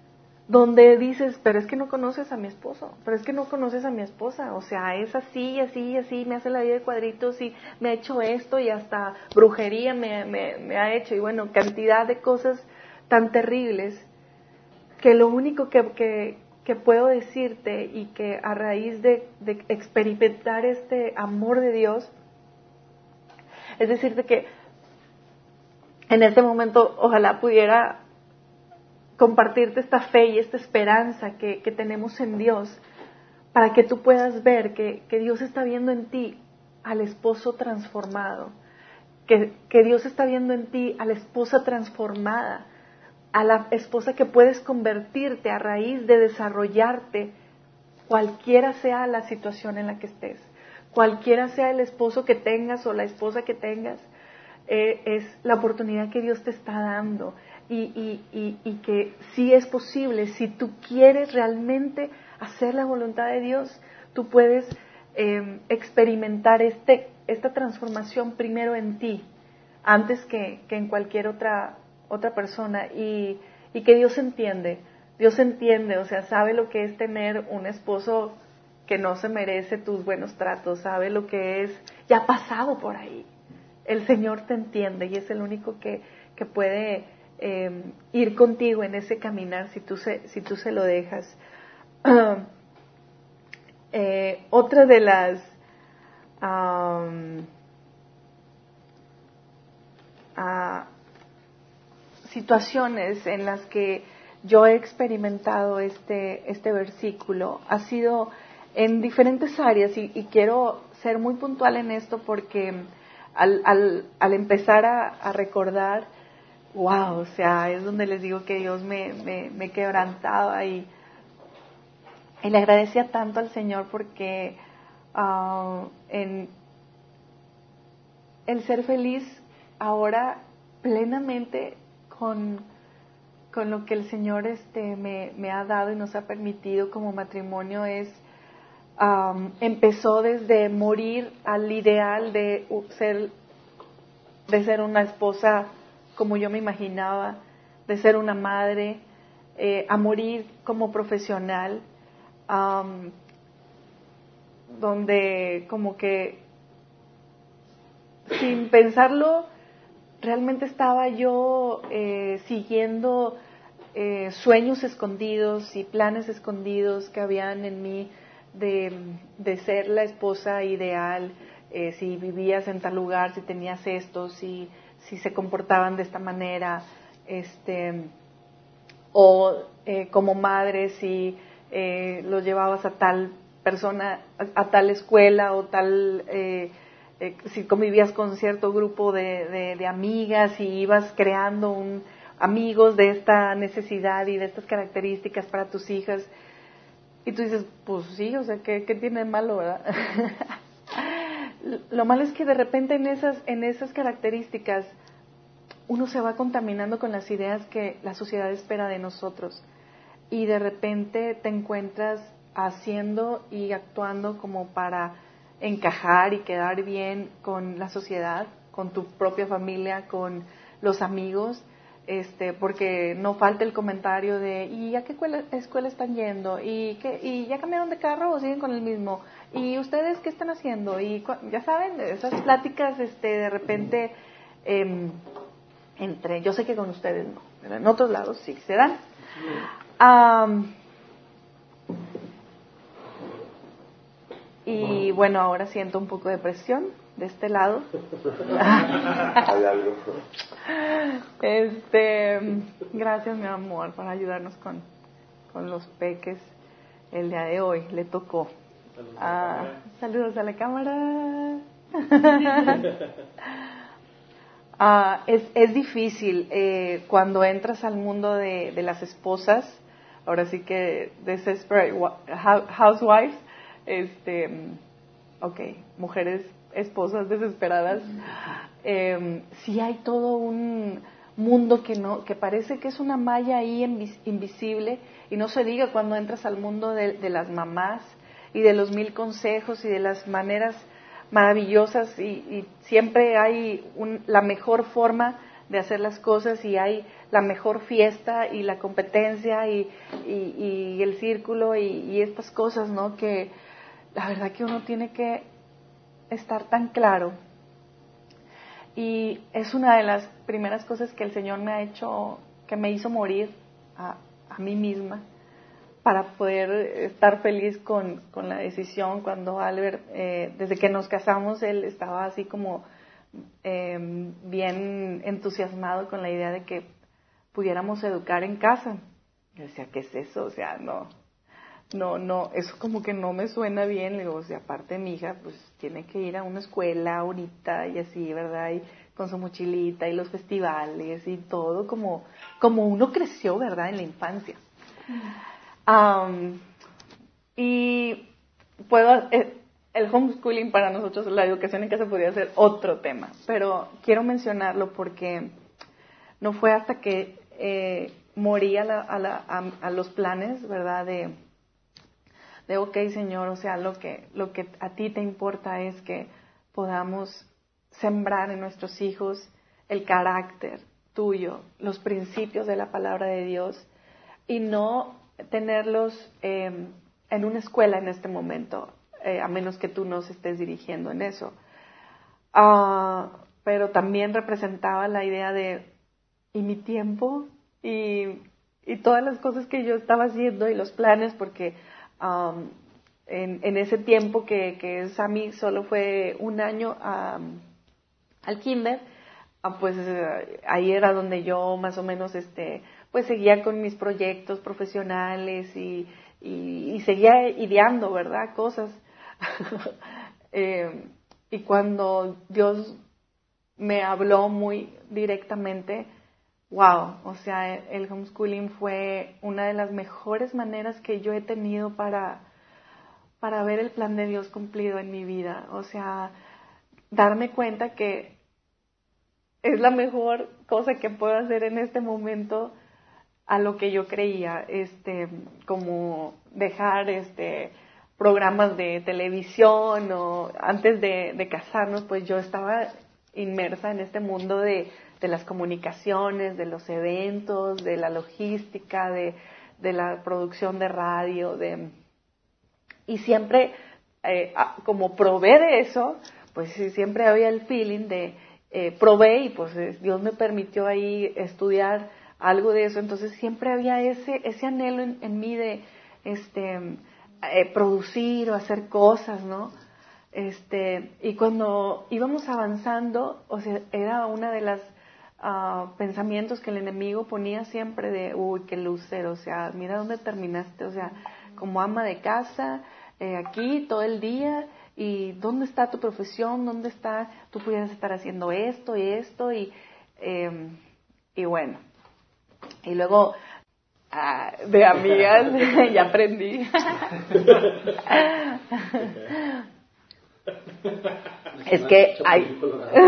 donde dices, pero es que no conoces a mi esposo, pero es que no conoces a mi esposa, o sea, es así, así, así, me hace la vida de cuadritos y me ha hecho esto y hasta brujería me, me, me ha hecho, y bueno, cantidad de cosas tan terribles, que lo único que, que, que puedo decirte y que a raíz de, de experimentar este amor de Dios, es decirte que en este momento ojalá pudiera compartirte esta fe y esta esperanza que, que tenemos en Dios, para que tú puedas ver que, que Dios está viendo en ti al esposo transformado, que, que Dios está viendo en ti a la esposa transformada, a la esposa que puedes convertirte a raíz de desarrollarte, cualquiera sea la situación en la que estés, cualquiera sea el esposo que tengas o la esposa que tengas, eh, es la oportunidad que Dios te está dando. Y, y, y, y que sí es posible, si tú quieres realmente hacer la voluntad de Dios, tú puedes eh, experimentar este, esta transformación primero en ti, antes que, que en cualquier otra, otra persona, y, y que Dios entiende, Dios entiende, o sea, sabe lo que es tener un esposo que no se merece tus buenos tratos, sabe lo que es, ya ha pasado por ahí, el Señor te entiende y es el único que, que puede Eh, ir contigo en ese caminar si tú se, si tú se lo dejas. Uh, eh, otra de las um, uh, situaciones en las que yo he experimentado este, este versículo ha sido en diferentes áreas y, y quiero ser muy puntual en esto porque al, al, al empezar a, a recordar, wow, o sea, es donde les digo que Dios me, me, me quebrantaba y, y le agradecía tanto al Señor porque uh, en el ser feliz ahora plenamente con, con lo que el Señor este, me, me ha dado y nos ha permitido como matrimonio es, um, empezó desde morir al ideal de ser, de ser una esposa como yo me imaginaba, de ser una madre, eh, a morir como profesional, um, donde como que sin pensarlo, realmente estaba yo eh, siguiendo eh, sueños escondidos y planes escondidos que habían en mí de, de ser la esposa ideal, eh, si vivías en tal lugar, si tenías esto, si... si se comportaban de esta manera, este, o eh, como madre, si eh, los llevabas a tal persona, a, a tal escuela, o tal, eh, eh, si convivías con cierto grupo de, de, de amigas, y ibas creando un, amigos de esta necesidad y de estas características para tus hijas, y tú dices, pues sí, o sea, ¿qué, qué tiene de malo, verdad? Lo malo es que de repente en esas, en esas características uno se va contaminando con las ideas que la sociedad espera de nosotros y de repente te encuentras haciendo y actuando como para encajar y quedar bien con la sociedad, con tu propia familia, con los amigos, este, porque no falta el comentario de ¿y a qué escuela, escuela están yendo? ¿Y, qué, ¿Y ya cambiaron de carro o siguen con el mismo? ¿Y ustedes qué están haciendo? Y ya saben, esas pláticas este, de repente eh, entre, yo sé que con ustedes no, pero en otros lados sí se dan. Um, y bueno, ahora siento un poco de presión de este lado. Hay algo. Este, gracias mi amor por ayudarnos con, con los peques el día de hoy, le tocó. Saludos, Ah, a saludos a la cámara. ah, es, es difícil eh, cuando entras al mundo de, de las esposas, ahora sí que desesperate housewives, este, ok, mujeres esposas desesperadas. Eh, sí hay todo un mundo que no, que parece que es una malla ahí invis, invisible, y no se diga cuando entras al mundo de, de las mamás y de los mil consejos y de las maneras maravillosas y, y siempre hay un, la mejor forma de hacer las cosas y hay la mejor fiesta y la competencia y, y, y el círculo y, y estas cosas, ¿no? Que la verdad que uno tiene que estar tan claro. Y es una de las primeras cosas que el Señor me ha hecho, que me hizo morir a, a mí misma, para poder estar feliz con, con la decisión. Cuando Albert, eh, desde que nos casamos, él estaba así como eh, bien entusiasmado con la idea de que pudiéramos educar en casa. Yo decía, ¿qué es eso? O sea, no, no, no, eso como que no me suena bien. Le digo, o sea, aparte mi hija, pues tiene que ir a una escuela ahorita y así, ¿verdad? Y con su mochilita y los festivales y todo como, como uno creció, ¿verdad? En la infancia. Um, y puedo, eh, el homeschooling para nosotros, la educación en casa podría ser otro tema, pero quiero mencionarlo porque no fue hasta que eh, morí a, la, a, la, a, a los planes, ¿verdad? De, de ok, Señor, o sea, lo que, lo que a ti te importa es que podamos sembrar en nuestros hijos el carácter tuyo, los principios de la palabra de Dios y no tenerlos eh, en una escuela en este momento, eh, a menos que tú nos estés dirigiendo en eso. Uh, pero también representaba la idea de, y mi tiempo, y, y todas las cosas que yo estaba haciendo, y los planes, porque um, en, en ese tiempo que, que Sammy solo fue un año um, al kinder, uh, pues uh, ahí era donde yo más o menos, este pues seguía con mis proyectos profesionales y, y, y seguía ideando, ¿verdad? Cosas. eh, y cuando Dios me habló muy directamente, wow, o sea, el homeschooling fue una de las mejores maneras que yo he tenido para, para ver el plan de Dios cumplido en mi vida. O sea, darme cuenta que es la mejor cosa que puedo hacer en este momento a lo que yo creía, este, como dejar este programas de televisión o antes de, de casarnos, pues yo estaba inmersa en este mundo de, de las comunicaciones, de los eventos, de la logística, de, de la producción de radio, de y siempre eh, como probé de eso, pues siempre había el feeling de eh, probé y pues Dios me permitió ahí estudiar algo de eso, entonces siempre había ese ese anhelo en, en mí de este eh, producir o hacer cosas, ¿no? Este y cuando íbamos avanzando, o sea, era una de las uh, pensamientos que el enemigo ponía siempre de, uy, qué lucero, o sea, mira dónde terminaste, o sea, como ama de casa, eh, aquí todo el día, y dónde está tu profesión, dónde está, tú pudieras estar haciendo esto y esto y eh, y bueno. Y luego, ah, de amigas, ya aprendí. Es que hay...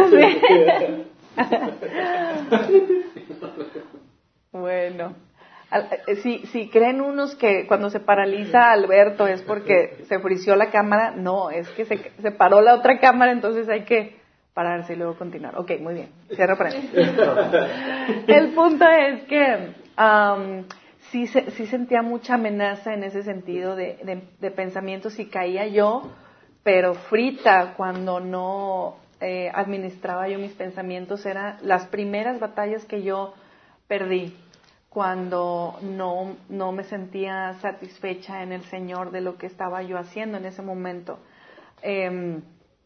Bueno, si, si creen unos que cuando se paraliza Alberto es porque se frició la cámara, no, es que se, se paró la otra cámara, entonces hay que pararse y luego continuar. Ok, muy bien, cierro paréntesis. El punto es que um, sí, sí sentía mucha amenaza en ese sentido de, de, de pensamientos y caía yo, pero frita cuando no eh, administraba yo mis pensamientos. Eran las primeras batallas que yo perdí cuando no, no me sentía satisfecha en el Señor de lo que estaba yo haciendo en ese momento. Eh,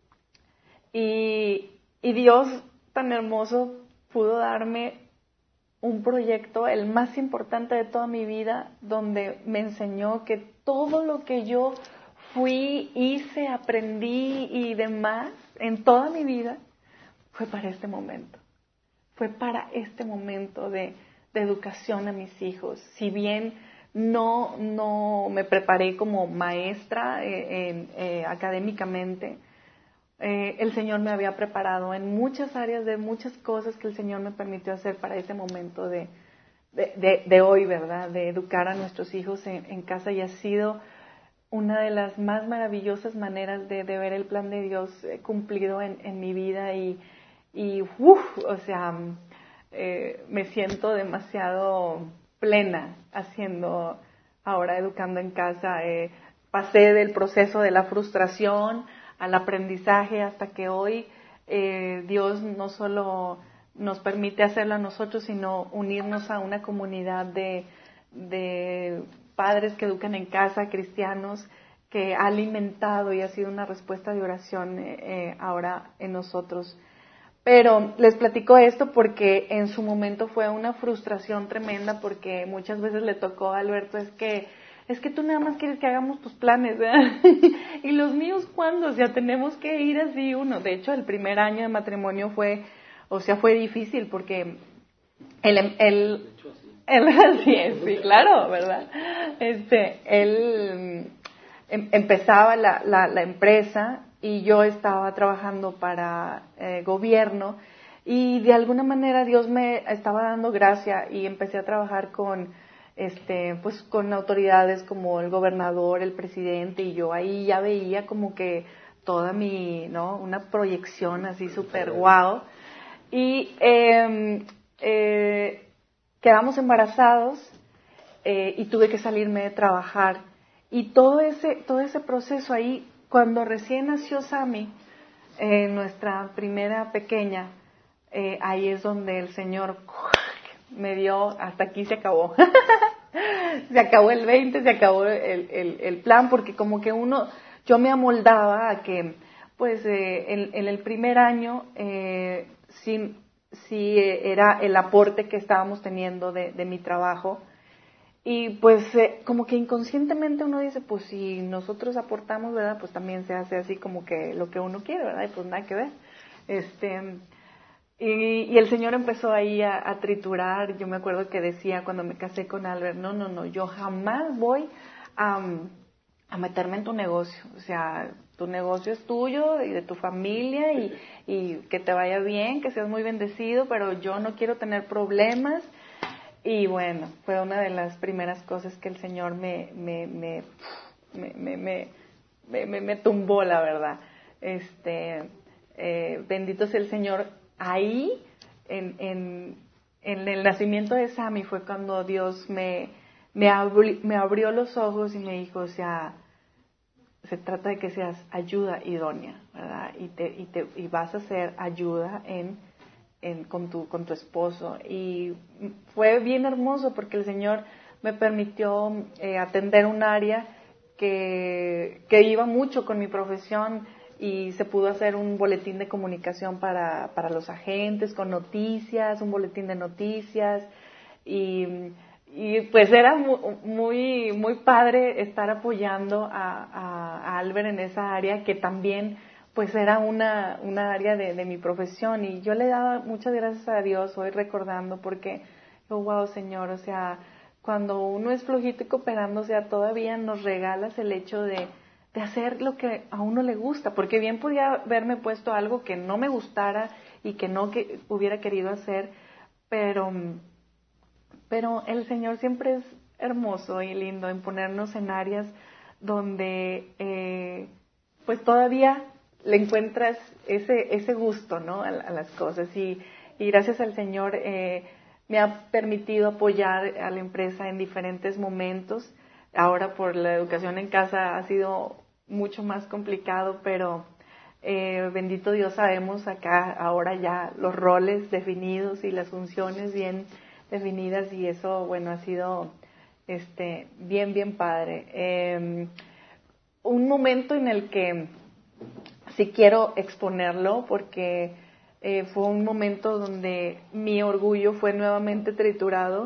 Y, y Dios tan hermoso pudo darme un proyecto, el más importante de toda mi vida, donde me enseñó que todo lo que yo fui, hice, aprendí y demás en toda mi vida fue para este momento. Fue para este momento de, de educación a mis hijos. Si bien no, no me preparé como maestra eh, en, eh, académicamente, Eh, el Señor me había preparado en muchas áreas de muchas cosas que el Señor me permitió hacer para ese momento de, de, de, de hoy, ¿verdad? De educar a nuestros hijos en, en casa, y ha sido una de las más maravillosas maneras de, de ver el plan de Dios eh, cumplido en, en mi vida y, y uff, o sea, eh, me siento demasiado plena haciendo, ahora educando en casa. Eh, pasé del proceso de la frustración al aprendizaje hasta que hoy eh, Dios no solo nos permite hacerlo a nosotros, sino unirnos a una comunidad de, de padres que educan en casa, cristianos, que ha alimentado y ha sido una respuesta de oración eh, eh, ahora en nosotros. Pero les platico esto porque en su momento fue una frustración tremenda, porque muchas veces le tocó a Alberto, es que es que tú nada más quieres que hagamos tus planes, ¿verdad? Y los míos, ¿cuándo? O sea, tenemos que ir así uno. De hecho, el primer año de matrimonio fue, o sea, fue difícil porque él, él, él así es, sí, claro, ¿verdad? Este, él em, empezaba la, la, la empresa y yo estaba trabajando para eh, gobierno, y de alguna manera Dios me estaba dando gracia y empecé a trabajar con este pues con autoridades como el gobernador, el presidente, y yo ahí ya veía como que toda mi, ¿no? Una proyección así súper guau. Y eh, eh, quedamos embarazados eh, y tuve que salirme de trabajar. Y todo ese, todo ese proceso ahí, cuando recién nació Sammy, eh, nuestra primera pequeña, eh, ahí es donde el Señor me dio, hasta aquí se acabó. Se acabó el veinte, se acabó el, el, el plan, porque como que uno, yo me amoldaba a que, pues, eh, en, en el primer año, eh, sí, sí era el aporte que estábamos teniendo de, de mi trabajo, y pues eh, como que inconscientemente uno dice, pues si nosotros aportamos, ¿verdad? Pues también se hace así como que lo que uno quiere, ¿verdad? Y pues nada que ver. Este... Y, y el Señor empezó ahí a, a triturar. Yo me acuerdo que decía cuando me casé con Albert, no, no, no, yo jamás voy a, a meterme en tu negocio. O sea, tu negocio es tuyo y de tu familia, y, y que te vaya bien, que seas muy bendecido, pero yo no quiero tener problemas. Y bueno, fue una de las primeras cosas que el Señor me, me, me, me, me, me, me, me, me tumbó, la verdad. Este, eh, bendito sea el Señor. Ahí, en, en, en el nacimiento de Sammy, fue cuando Dios me, me, abri, me abrió los ojos y me dijo, o sea, se trata de que seas ayuda idónea, ¿verdad? Y, te, y, te, y vas a ser ayuda en, en, con, tu, con tu esposo. Y fue bien hermoso porque el Señor me permitió eh, atender un área que, que iba mucho con mi profesión, y se pudo hacer un boletín de comunicación para, para los agentes con noticias, un boletín de noticias, y, y pues era muy, muy, muy padre estar apoyando a, a, a Albert en esa área, que también pues era una, una área de, de mi profesión, y yo le daba muchas gracias a Dios hoy recordando, porque, oh, wow, Señor, o sea, cuando uno es flojito y cooperando, o sea, todavía nos regalas el hecho de de hacer lo que a uno le gusta, porque bien podía haberme puesto algo que no me gustara y que no que hubiera querido hacer, pero, pero el Señor siempre es hermoso y lindo en ponernos en áreas donde eh, pues todavía le encuentras ese, ese gusto, ¿no? a, a las cosas, y, y gracias al Señor eh, me ha permitido apoyar a la empresa en diferentes momentos. Ahora por la educación en casa ha sido mucho más complicado, pero eh, bendito Dios, sabemos acá ahora ya los roles definidos y las funciones bien definidas, y eso, bueno, ha sido este bien, bien padre. Eh, un momento en el que sí quiero exponerlo, porque eh, fue un momento donde mi orgullo fue nuevamente triturado.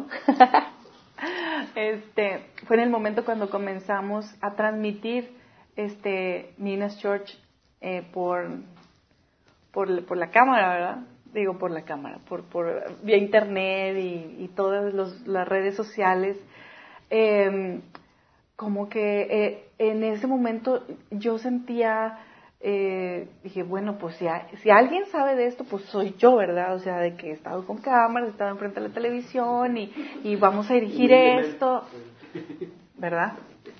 Este, fue en el momento cuando comenzamos a transmitir este Nina's Church eh, por, por por la cámara, ¿verdad? Digo por la cámara, por por vía internet y, y todas los, las redes sociales. Eh, como que eh, en ese momento yo sentía, eh, dije, bueno, pues si, a, si alguien sabe de esto, pues soy yo, ¿verdad? O sea, de que he estado con cámaras, he estado enfrente de la televisión y, y vamos a dirigir esto, ¿verdad?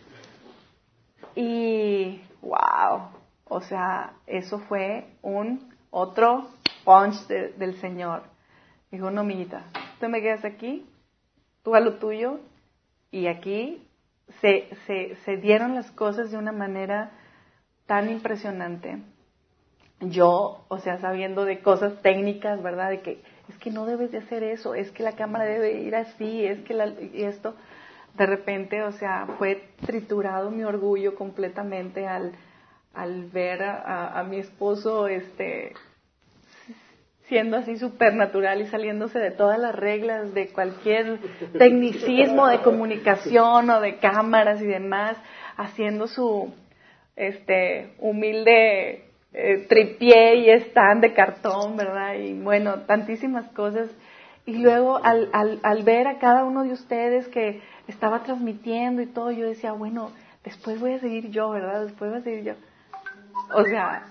Y, wow, o sea, eso fue un otro punch de, del Señor. Dijo, no, mijita, tú me quedas aquí, tú a lo tuyo, y aquí se, se, se dieron las cosas de una manera tan impresionante. Yo, o sea, sabiendo de cosas técnicas, ¿verdad? De que es que no debes de hacer eso, es que la cámara debe ir así, es que la, y esto, de repente, o sea, fue triturado mi orgullo completamente al, al ver a, a mi esposo, este, siendo así supernatural y saliéndose de todas las reglas de cualquier tecnicismo de comunicación o de cámaras y demás, haciendo su, este, humilde eh, tripié y stand de cartón, ¿verdad? Y bueno, tantísimas cosas. Y luego al, al, al ver a cada uno de ustedes que estaba transmitiendo y todo, yo decía, bueno, después voy a seguir yo, ¿verdad? Después voy a seguir yo. O sea,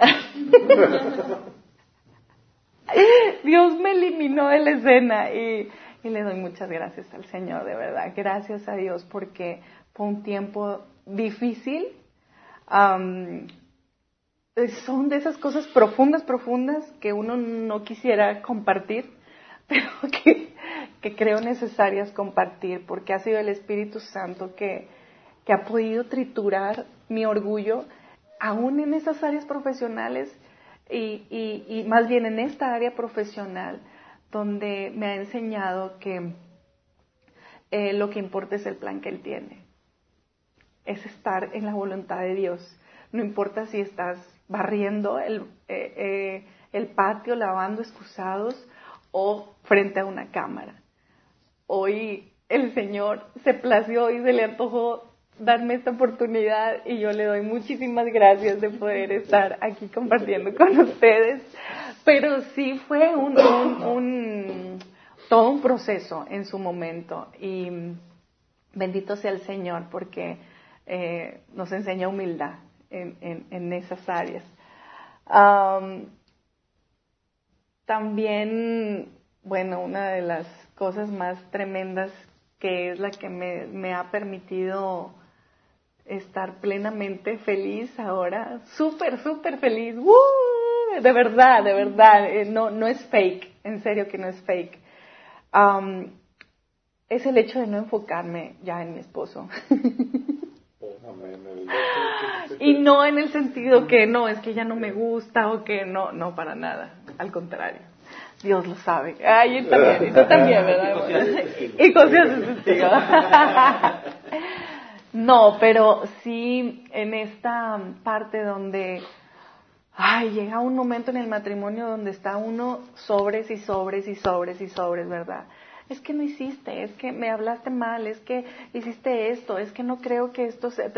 Dios me eliminó de la escena y, y le doy muchas gracias al Señor, de verdad. Gracias a Dios porque fue un tiempo difícil. Um, son de esas cosas profundas, profundas que uno no quisiera compartir, pero que, que creo necesarias compartir porque ha sido el Espíritu Santo que, que ha podido triturar mi orgullo aún en esas áreas profesionales y, y, y más bien en esta área profesional donde me ha enseñado que eh, lo que importa es el plan que Él tiene, es estar en la voluntad de Dios. No importa si estás barriendo el, eh, eh, el patio, lavando excusados o frente a una cámara. Hoy el Señor se plació y se le antojó darme esta oportunidad y yo le doy muchísimas gracias de poder estar aquí compartiendo con ustedes. Pero sí fue un, un, un todo un proceso en su momento y bendito sea el Señor porque eh, nos enseña humildad en, en, en esas áreas. Um, también, bueno, una de las cosas más tremendas que es la que me, me ha permitido estar plenamente feliz ahora, súper, súper feliz, ¡uh! de verdad, de verdad, eh, no, no es fake, en serio que no es fake, um, es el hecho de no enfocarme ya en mi esposo. Y no en el sentido que no, es que ya no me gusta o que no, no para nada, al contrario. Dios lo sabe. Ay, él también, y tú también, ¿verdad? Y cosas de testigo. No, pero sí en esta parte donde, ay, llega un momento en el matrimonio donde está uno sobres y sobres y sobres y sobres, ¿verdad? Es que no hiciste, es que me hablaste mal, es que hiciste esto, es que no creo que esto sea...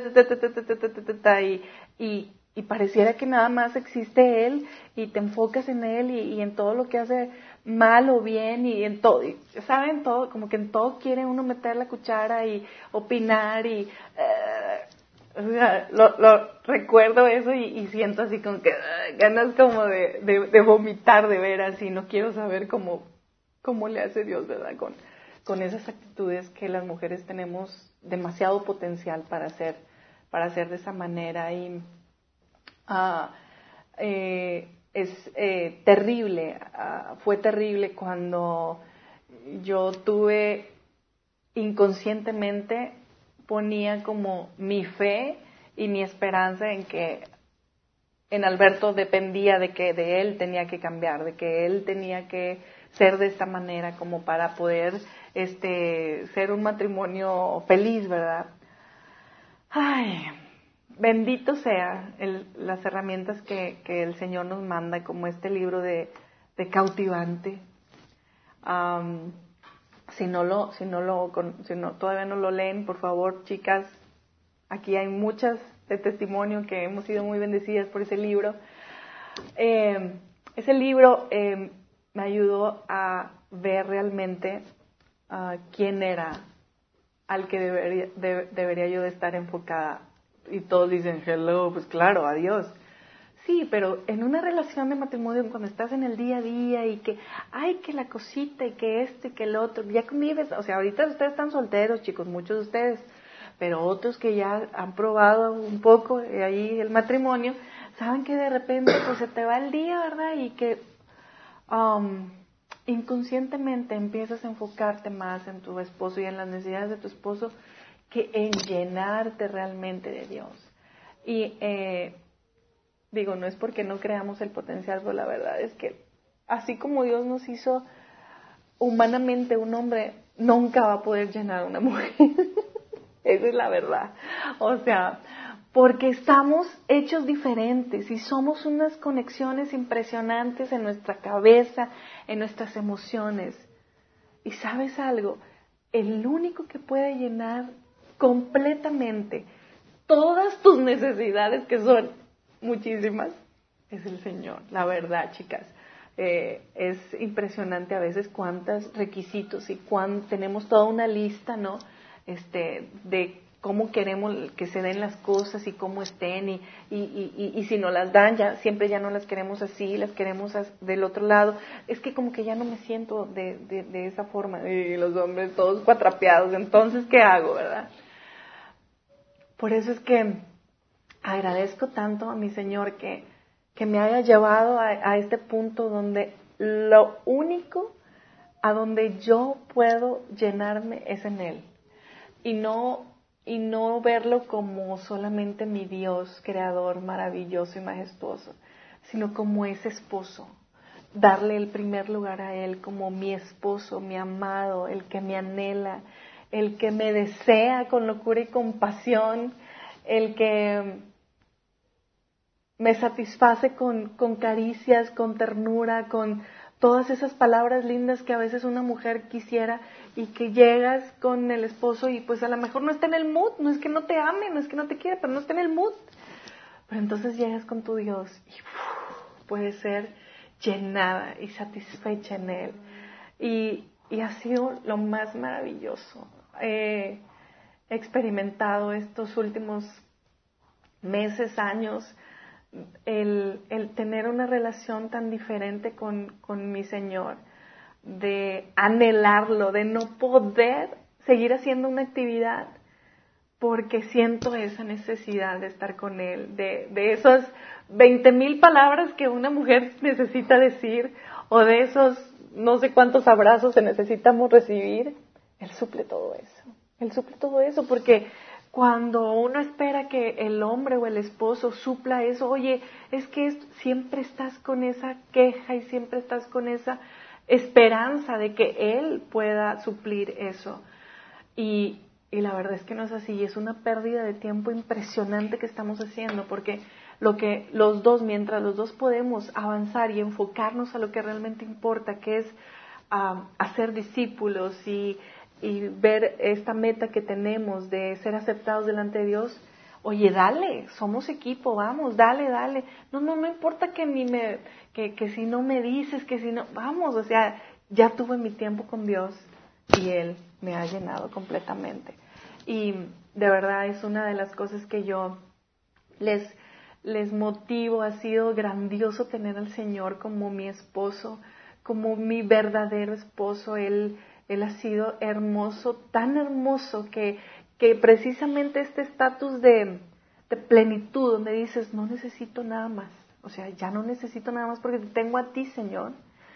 Y, y, y pareciera que nada más existe Él y te enfocas en Él y, y en todo lo que hace mal o bien y en todo, ¿saben? Todo, como que en todo quiere uno meter la cuchara y opinar y... Uh, o sea, lo, lo recuerdo eso y, y siento así como que uh, ganas como de, de, de vomitar de veras y no quiero saber cómo... cómo le hace Dios, ¿verdad? Con, con esas actitudes que las mujeres tenemos demasiado potencial para hacer, para hacer de esa manera. Y uh, eh, es eh, terrible, uh, fue terrible cuando yo tuve, inconscientemente, ponía como mi fe y mi esperanza en que en Alberto dependía de que de él tenía que cambiar, de que él tenía que ser de esta manera como para poder este ser un matrimonio feliz, ¿verdad? Ay, bendito sea el, las herramientas que, que el Señor nos manda, como este libro de, de Cautivante. Um, si no lo, si no lo, si no, todavía no lo leen, por favor, chicas, aquí hay muchas de testimonio que hemos sido muy bendecidas por ese libro. Eh, ese libro eh, me ayudó a ver realmente uh, quién era al que debería, de, debería yo de estar enfocada. Y todos dicen, hello, pues claro, a Dios. Sí, pero en una relación de matrimonio, cuando estás en el día a día y que, ay, que la cosita y que este y que el otro, ya convives, o sea, ahorita ustedes están solteros, chicos, muchos de ustedes, pero otros que ya han probado un poco ahí el matrimonio, saben que de repente pues se te va el día, ¿verdad? Y que um, inconscientemente empiezas a enfocarte más en tu esposo y en las necesidades de tu esposo que en llenarte realmente de Dios. Y eh, digo, no es porque no creamos el potencial, pero la verdad es que así como Dios nos hizo humanamente un hombre, nunca va a poder llenar a una mujer. Esa es la verdad. O sea, porque estamos hechos diferentes y somos unas conexiones impresionantes en nuestra cabeza, en nuestras emociones. Y ¿sabes algo? El único que puede llenar completamente todas tus necesidades, que son muchísimas, es el Señor. La verdad, chicas. Eh, es impresionante a veces cuántos requisitos y cuán, tenemos toda una lista, ¿no? Este, de cómo queremos que se den las cosas y cómo estén y, y, y, y si no las dan, ya siempre ya no las queremos así, las queremos as, del otro lado. Es que como que ya no me siento de, de, de esa forma. Y los hombres todos cuatrapeados, entonces ¿qué hago, verdad? Por eso es que agradezco tanto a mi Señor que, que me haya llevado a, a este punto donde lo único a donde yo puedo llenarme es en Él. Y no, y no verlo como solamente mi Dios creador maravilloso y majestuoso, sino como ese esposo. Darle el primer lugar a Él como mi esposo, mi amado, el que me anhela, el que me desea con locura y compasión, el que me satisface con, con caricias, con ternura, con todas esas palabras lindas que a veces una mujer quisiera, y que llegas con el esposo y pues a lo mejor no está en el mood, no es que no te ame, no es que no te quiera, pero no está en el mood. Pero entonces llegas con tu Dios y uf, puedes ser llenada y satisfecha en Él. Y, y ha sido lo más maravilloso. Eh, he experimentado estos últimos meses, años, el, el tener una relación tan diferente con, con mi Señor, de anhelarlo, de no poder seguir haciendo una actividad porque siento esa necesidad de estar con Él, de, de esas veinte mil palabras que una mujer necesita decir, o de esos no sé cuántos abrazos que necesitamos recibir. Él suple todo eso, Él suple todo eso, porque cuando uno espera que el hombre o el esposo supla eso, oye, es que es, siempre estás con esa queja y siempre estás con esa esperanza de que Él pueda suplir eso. Y, y la verdad es que no es así, es una pérdida de tiempo impresionante que estamos haciendo, porque lo que los dos, mientras los dos podemos avanzar y enfocarnos a lo que realmente importa, que es uh, hacer discípulos y, y ver esta meta que tenemos de ser aceptados delante de Dios, oye, dale, somos equipo, vamos, dale, dale. No, no, no importa que ni me, que, que si no me dices, que si no, vamos, o sea, ya tuve mi tiempo con Dios y Él me ha llenado completamente. Y de verdad es una de las cosas que yo les, les motivo, ha sido grandioso tener al Señor como mi esposo, como mi verdadero esposo. Él, Él ha sido hermoso, tan hermoso que que precisamente este estatus de, de plenitud, donde dices, no necesito nada más, o sea, ya no necesito nada más porque te tengo a ti, Señor,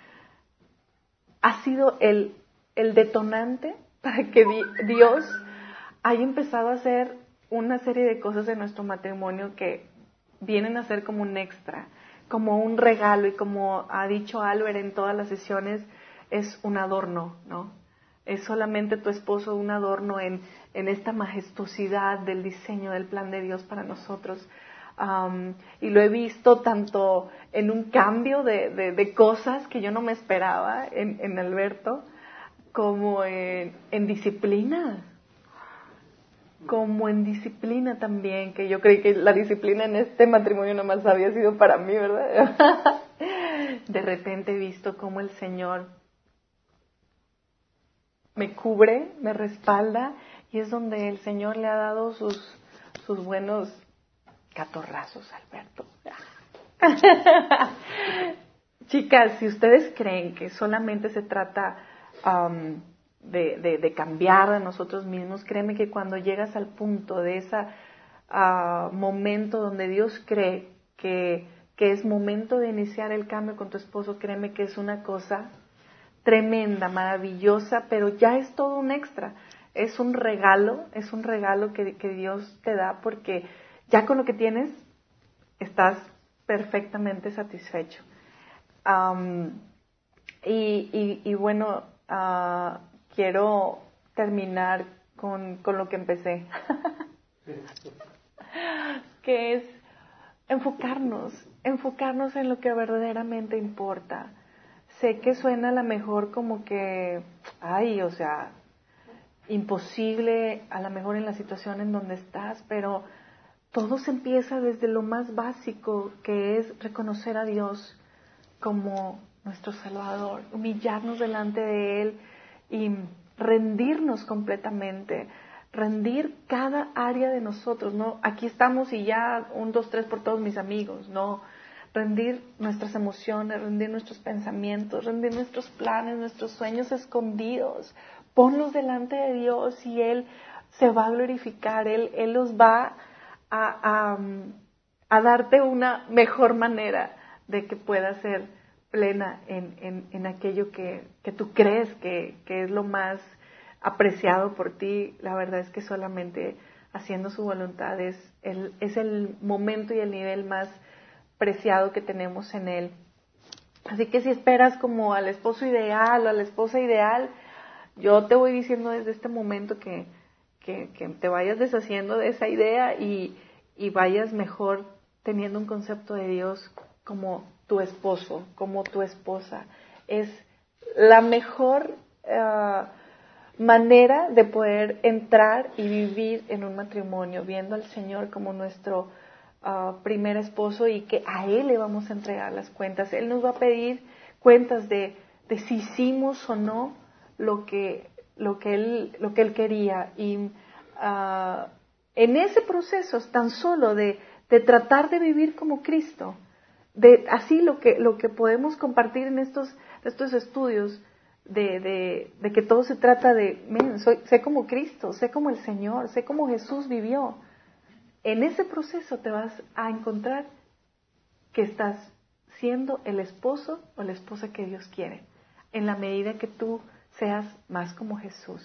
ha sido el, el detonante para que di- Dios haya empezado a hacer una serie de cosas en nuestro matrimonio que vienen a ser como un extra, como un regalo, y como ha dicho Albert en todas las sesiones, es un adorno, ¿no? Es solamente tu esposo un adorno en, en esta majestuosidad del diseño del plan de Dios para nosotros. Um, y lo he visto tanto en un cambio de, de, de cosas que yo no me esperaba en, en Alberto, como en, en disciplina, como en disciplina también, que yo creí que la disciplina en este matrimonio nomás había sido para mí, ¿verdad? De repente he visto cómo el Señor me cubre, me respalda, y es donde el Señor le ha dado sus, sus buenos catorrazos a Alberto. Chicas, si ustedes creen que solamente se trata um, de, de, de cambiar a nosotros mismos, créeme que cuando llegas al punto de ese uh, momento donde Dios cree que, que es momento de iniciar el cambio con tu esposo, créeme que es una cosa tremenda, maravillosa, pero ya es todo un extra. Es un regalo, es un regalo que, que Dios te da porque ya con lo que tienes estás perfectamente satisfecho. Um, y, y, y bueno, uh, quiero terminar con, con lo que empecé, que es enfocarnos, enfocarnos en lo que verdaderamente importa. Sé que suena a lo mejor como que, ay, o sea, imposible a lo mejor en la situación en donde estás, pero todo se empieza desde lo más básico, que es reconocer a Dios como nuestro Salvador, humillarnos delante de Él y rendirnos completamente, rendir cada área de nosotros, ¿no? Aquí estamos y ya un, dos, tres por todos mis amigos, ¿no? Rendir nuestras emociones, rendir nuestros pensamientos, rendir nuestros planes, nuestros sueños escondidos, ponlos delante de Dios y Él se va a glorificar, Él, Él los va a, a, a darte una mejor manera de que puedas ser plena en, en, en aquello que, que tú crees que, que es lo más apreciado por ti. La verdad es que solamente haciendo su voluntad es el, es el momento y el nivel más preciado que tenemos en Él. Así que si esperas como al esposo ideal o a la esposa ideal, yo te voy diciendo desde este momento que, que, que te vayas deshaciendo de esa idea y, y vayas mejor teniendo un concepto de Dios como tu esposo, como tu esposa. Es la mejor uh, manera de poder entrar y vivir en un matrimonio, viendo al Señor como nuestro uh, primer esposo y que a Él le vamos a entregar las cuentas. Él nos va a pedir cuentas de, de si hicimos o no lo que, lo que, él, lo que Él quería. Y uh, en ese proceso tan solo de, de tratar de vivir como Cristo, de así lo que, lo que podemos compartir en estos, estos estudios, De, de, de que todo se trata de, miren, soy, sé como Cristo, sé como el Señor, sé como Jesús vivió. En ese proceso te vas a encontrar que estás siendo el esposo o la esposa que Dios quiere, en la medida que tú seas más como Jesús.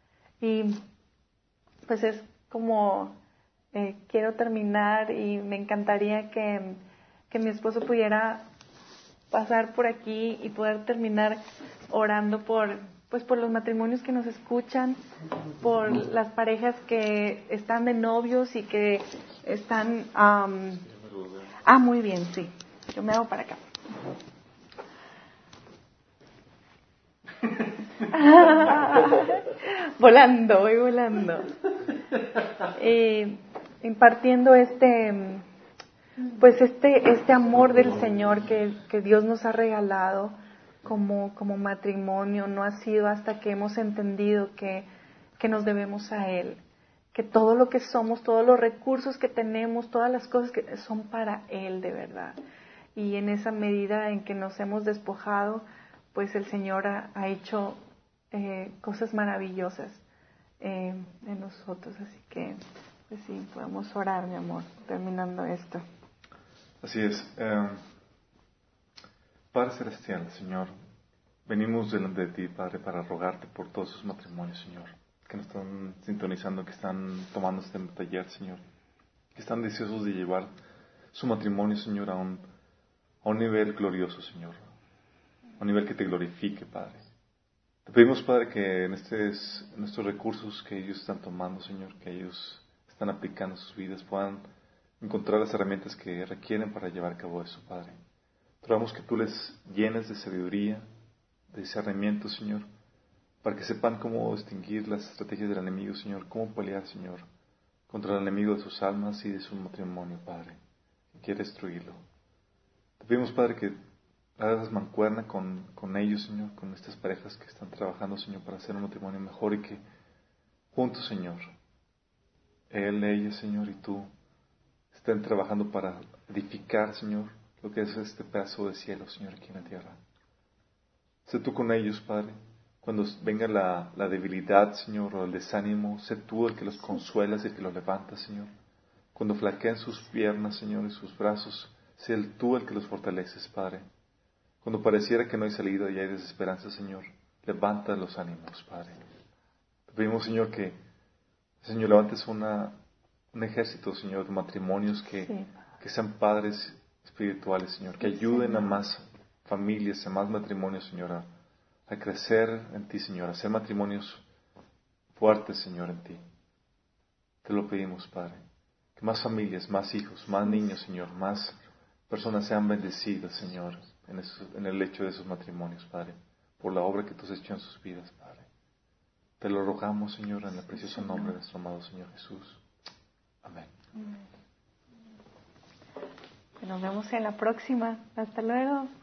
Y pues es como, eh, quiero terminar y me encantaría que, que mi esposo pudiera pasar por aquí y poder terminar orando por, pues por los matrimonios que nos escuchan, por las parejas que están de novios y que están, um, ah, muy bien, sí, yo me hago para acá. Volando, voy volando. Eh, impartiendo este, pues este, este amor del Señor que, que Dios nos ha regalado como, como matrimonio. No ha sido hasta que hemos entendido que, que nos debemos a Él, que todo lo que somos, todos los recursos que tenemos, todas las cosas que son para Él de verdad. Y en esa medida en que nos hemos despojado, pues el Señor ha, ha hecho eh, cosas maravillosas eh, en nosotros. Así que, pues sí, podemos orar, mi amor, terminando esto. Así es. Eh, Padre Celestial, Señor, venimos delante de ti, Padre, para rogarte por todos esos matrimonios, Señor, que nos están sintonizando, que están tomando este taller, Señor, que están deseosos de llevar su matrimonio, Señor, a un, a un nivel glorioso, Señor, a un nivel que te glorifique, Padre. Te pedimos, Padre, que en, estos, en estos recursos que ellos están tomando, Señor, que ellos están aplicando en sus vidas, puedan encontrar las herramientas que requieren para llevar a cabo eso, Padre. Rogamos que tú les llenes de sabiduría, de discernimiento, Señor, para que sepan cómo distinguir las estrategias del enemigo, Señor, cómo pelear, Señor, contra el enemigo de sus almas y de su matrimonio, Padre, que quiere destruirlo. Te pedimos, Padre, que hagas mancuerna con, con ellos, Señor, con estas parejas que están trabajando, Señor, para hacer un matrimonio mejor y que juntos, Señor, Él, ella, Señor, y tú, estén trabajando para edificar, Señor, lo que es este pedazo de cielo, Señor, aquí en la tierra. Sé tú con ellos, Padre. Cuando venga la, la debilidad, Señor, o el desánimo, sé tú el que los consuelas y el que los levantas, Señor. Cuando flaquean sus piernas, Señor, y sus brazos, sé el, tú el que los fortaleces, Padre. Cuando pareciera que no hay salida y hay desesperanza, Señor, levanta los ánimos, Padre. Te pedimos, Señor, que, Señor, levantes una, un ejército, Señor, de matrimonios que, sí. que sean padres espirituales, Señor, que ayuden a más familias, a más matrimonios, Señor, a, a crecer en ti, Señor, a ser matrimonios fuertes, Señor, en ti. Te lo pedimos, Padre. Que más familias, más hijos, más niños, Señor, más personas sean bendecidas, Señor, en, eso, en el hecho de esos matrimonios, Padre, por la obra que tú has hecho en sus vidas, Padre. Te lo rogamos, Señor, en el precioso nombre de nuestro amado Señor Jesús. Amén. Nos vemos en la próxima. Hasta luego.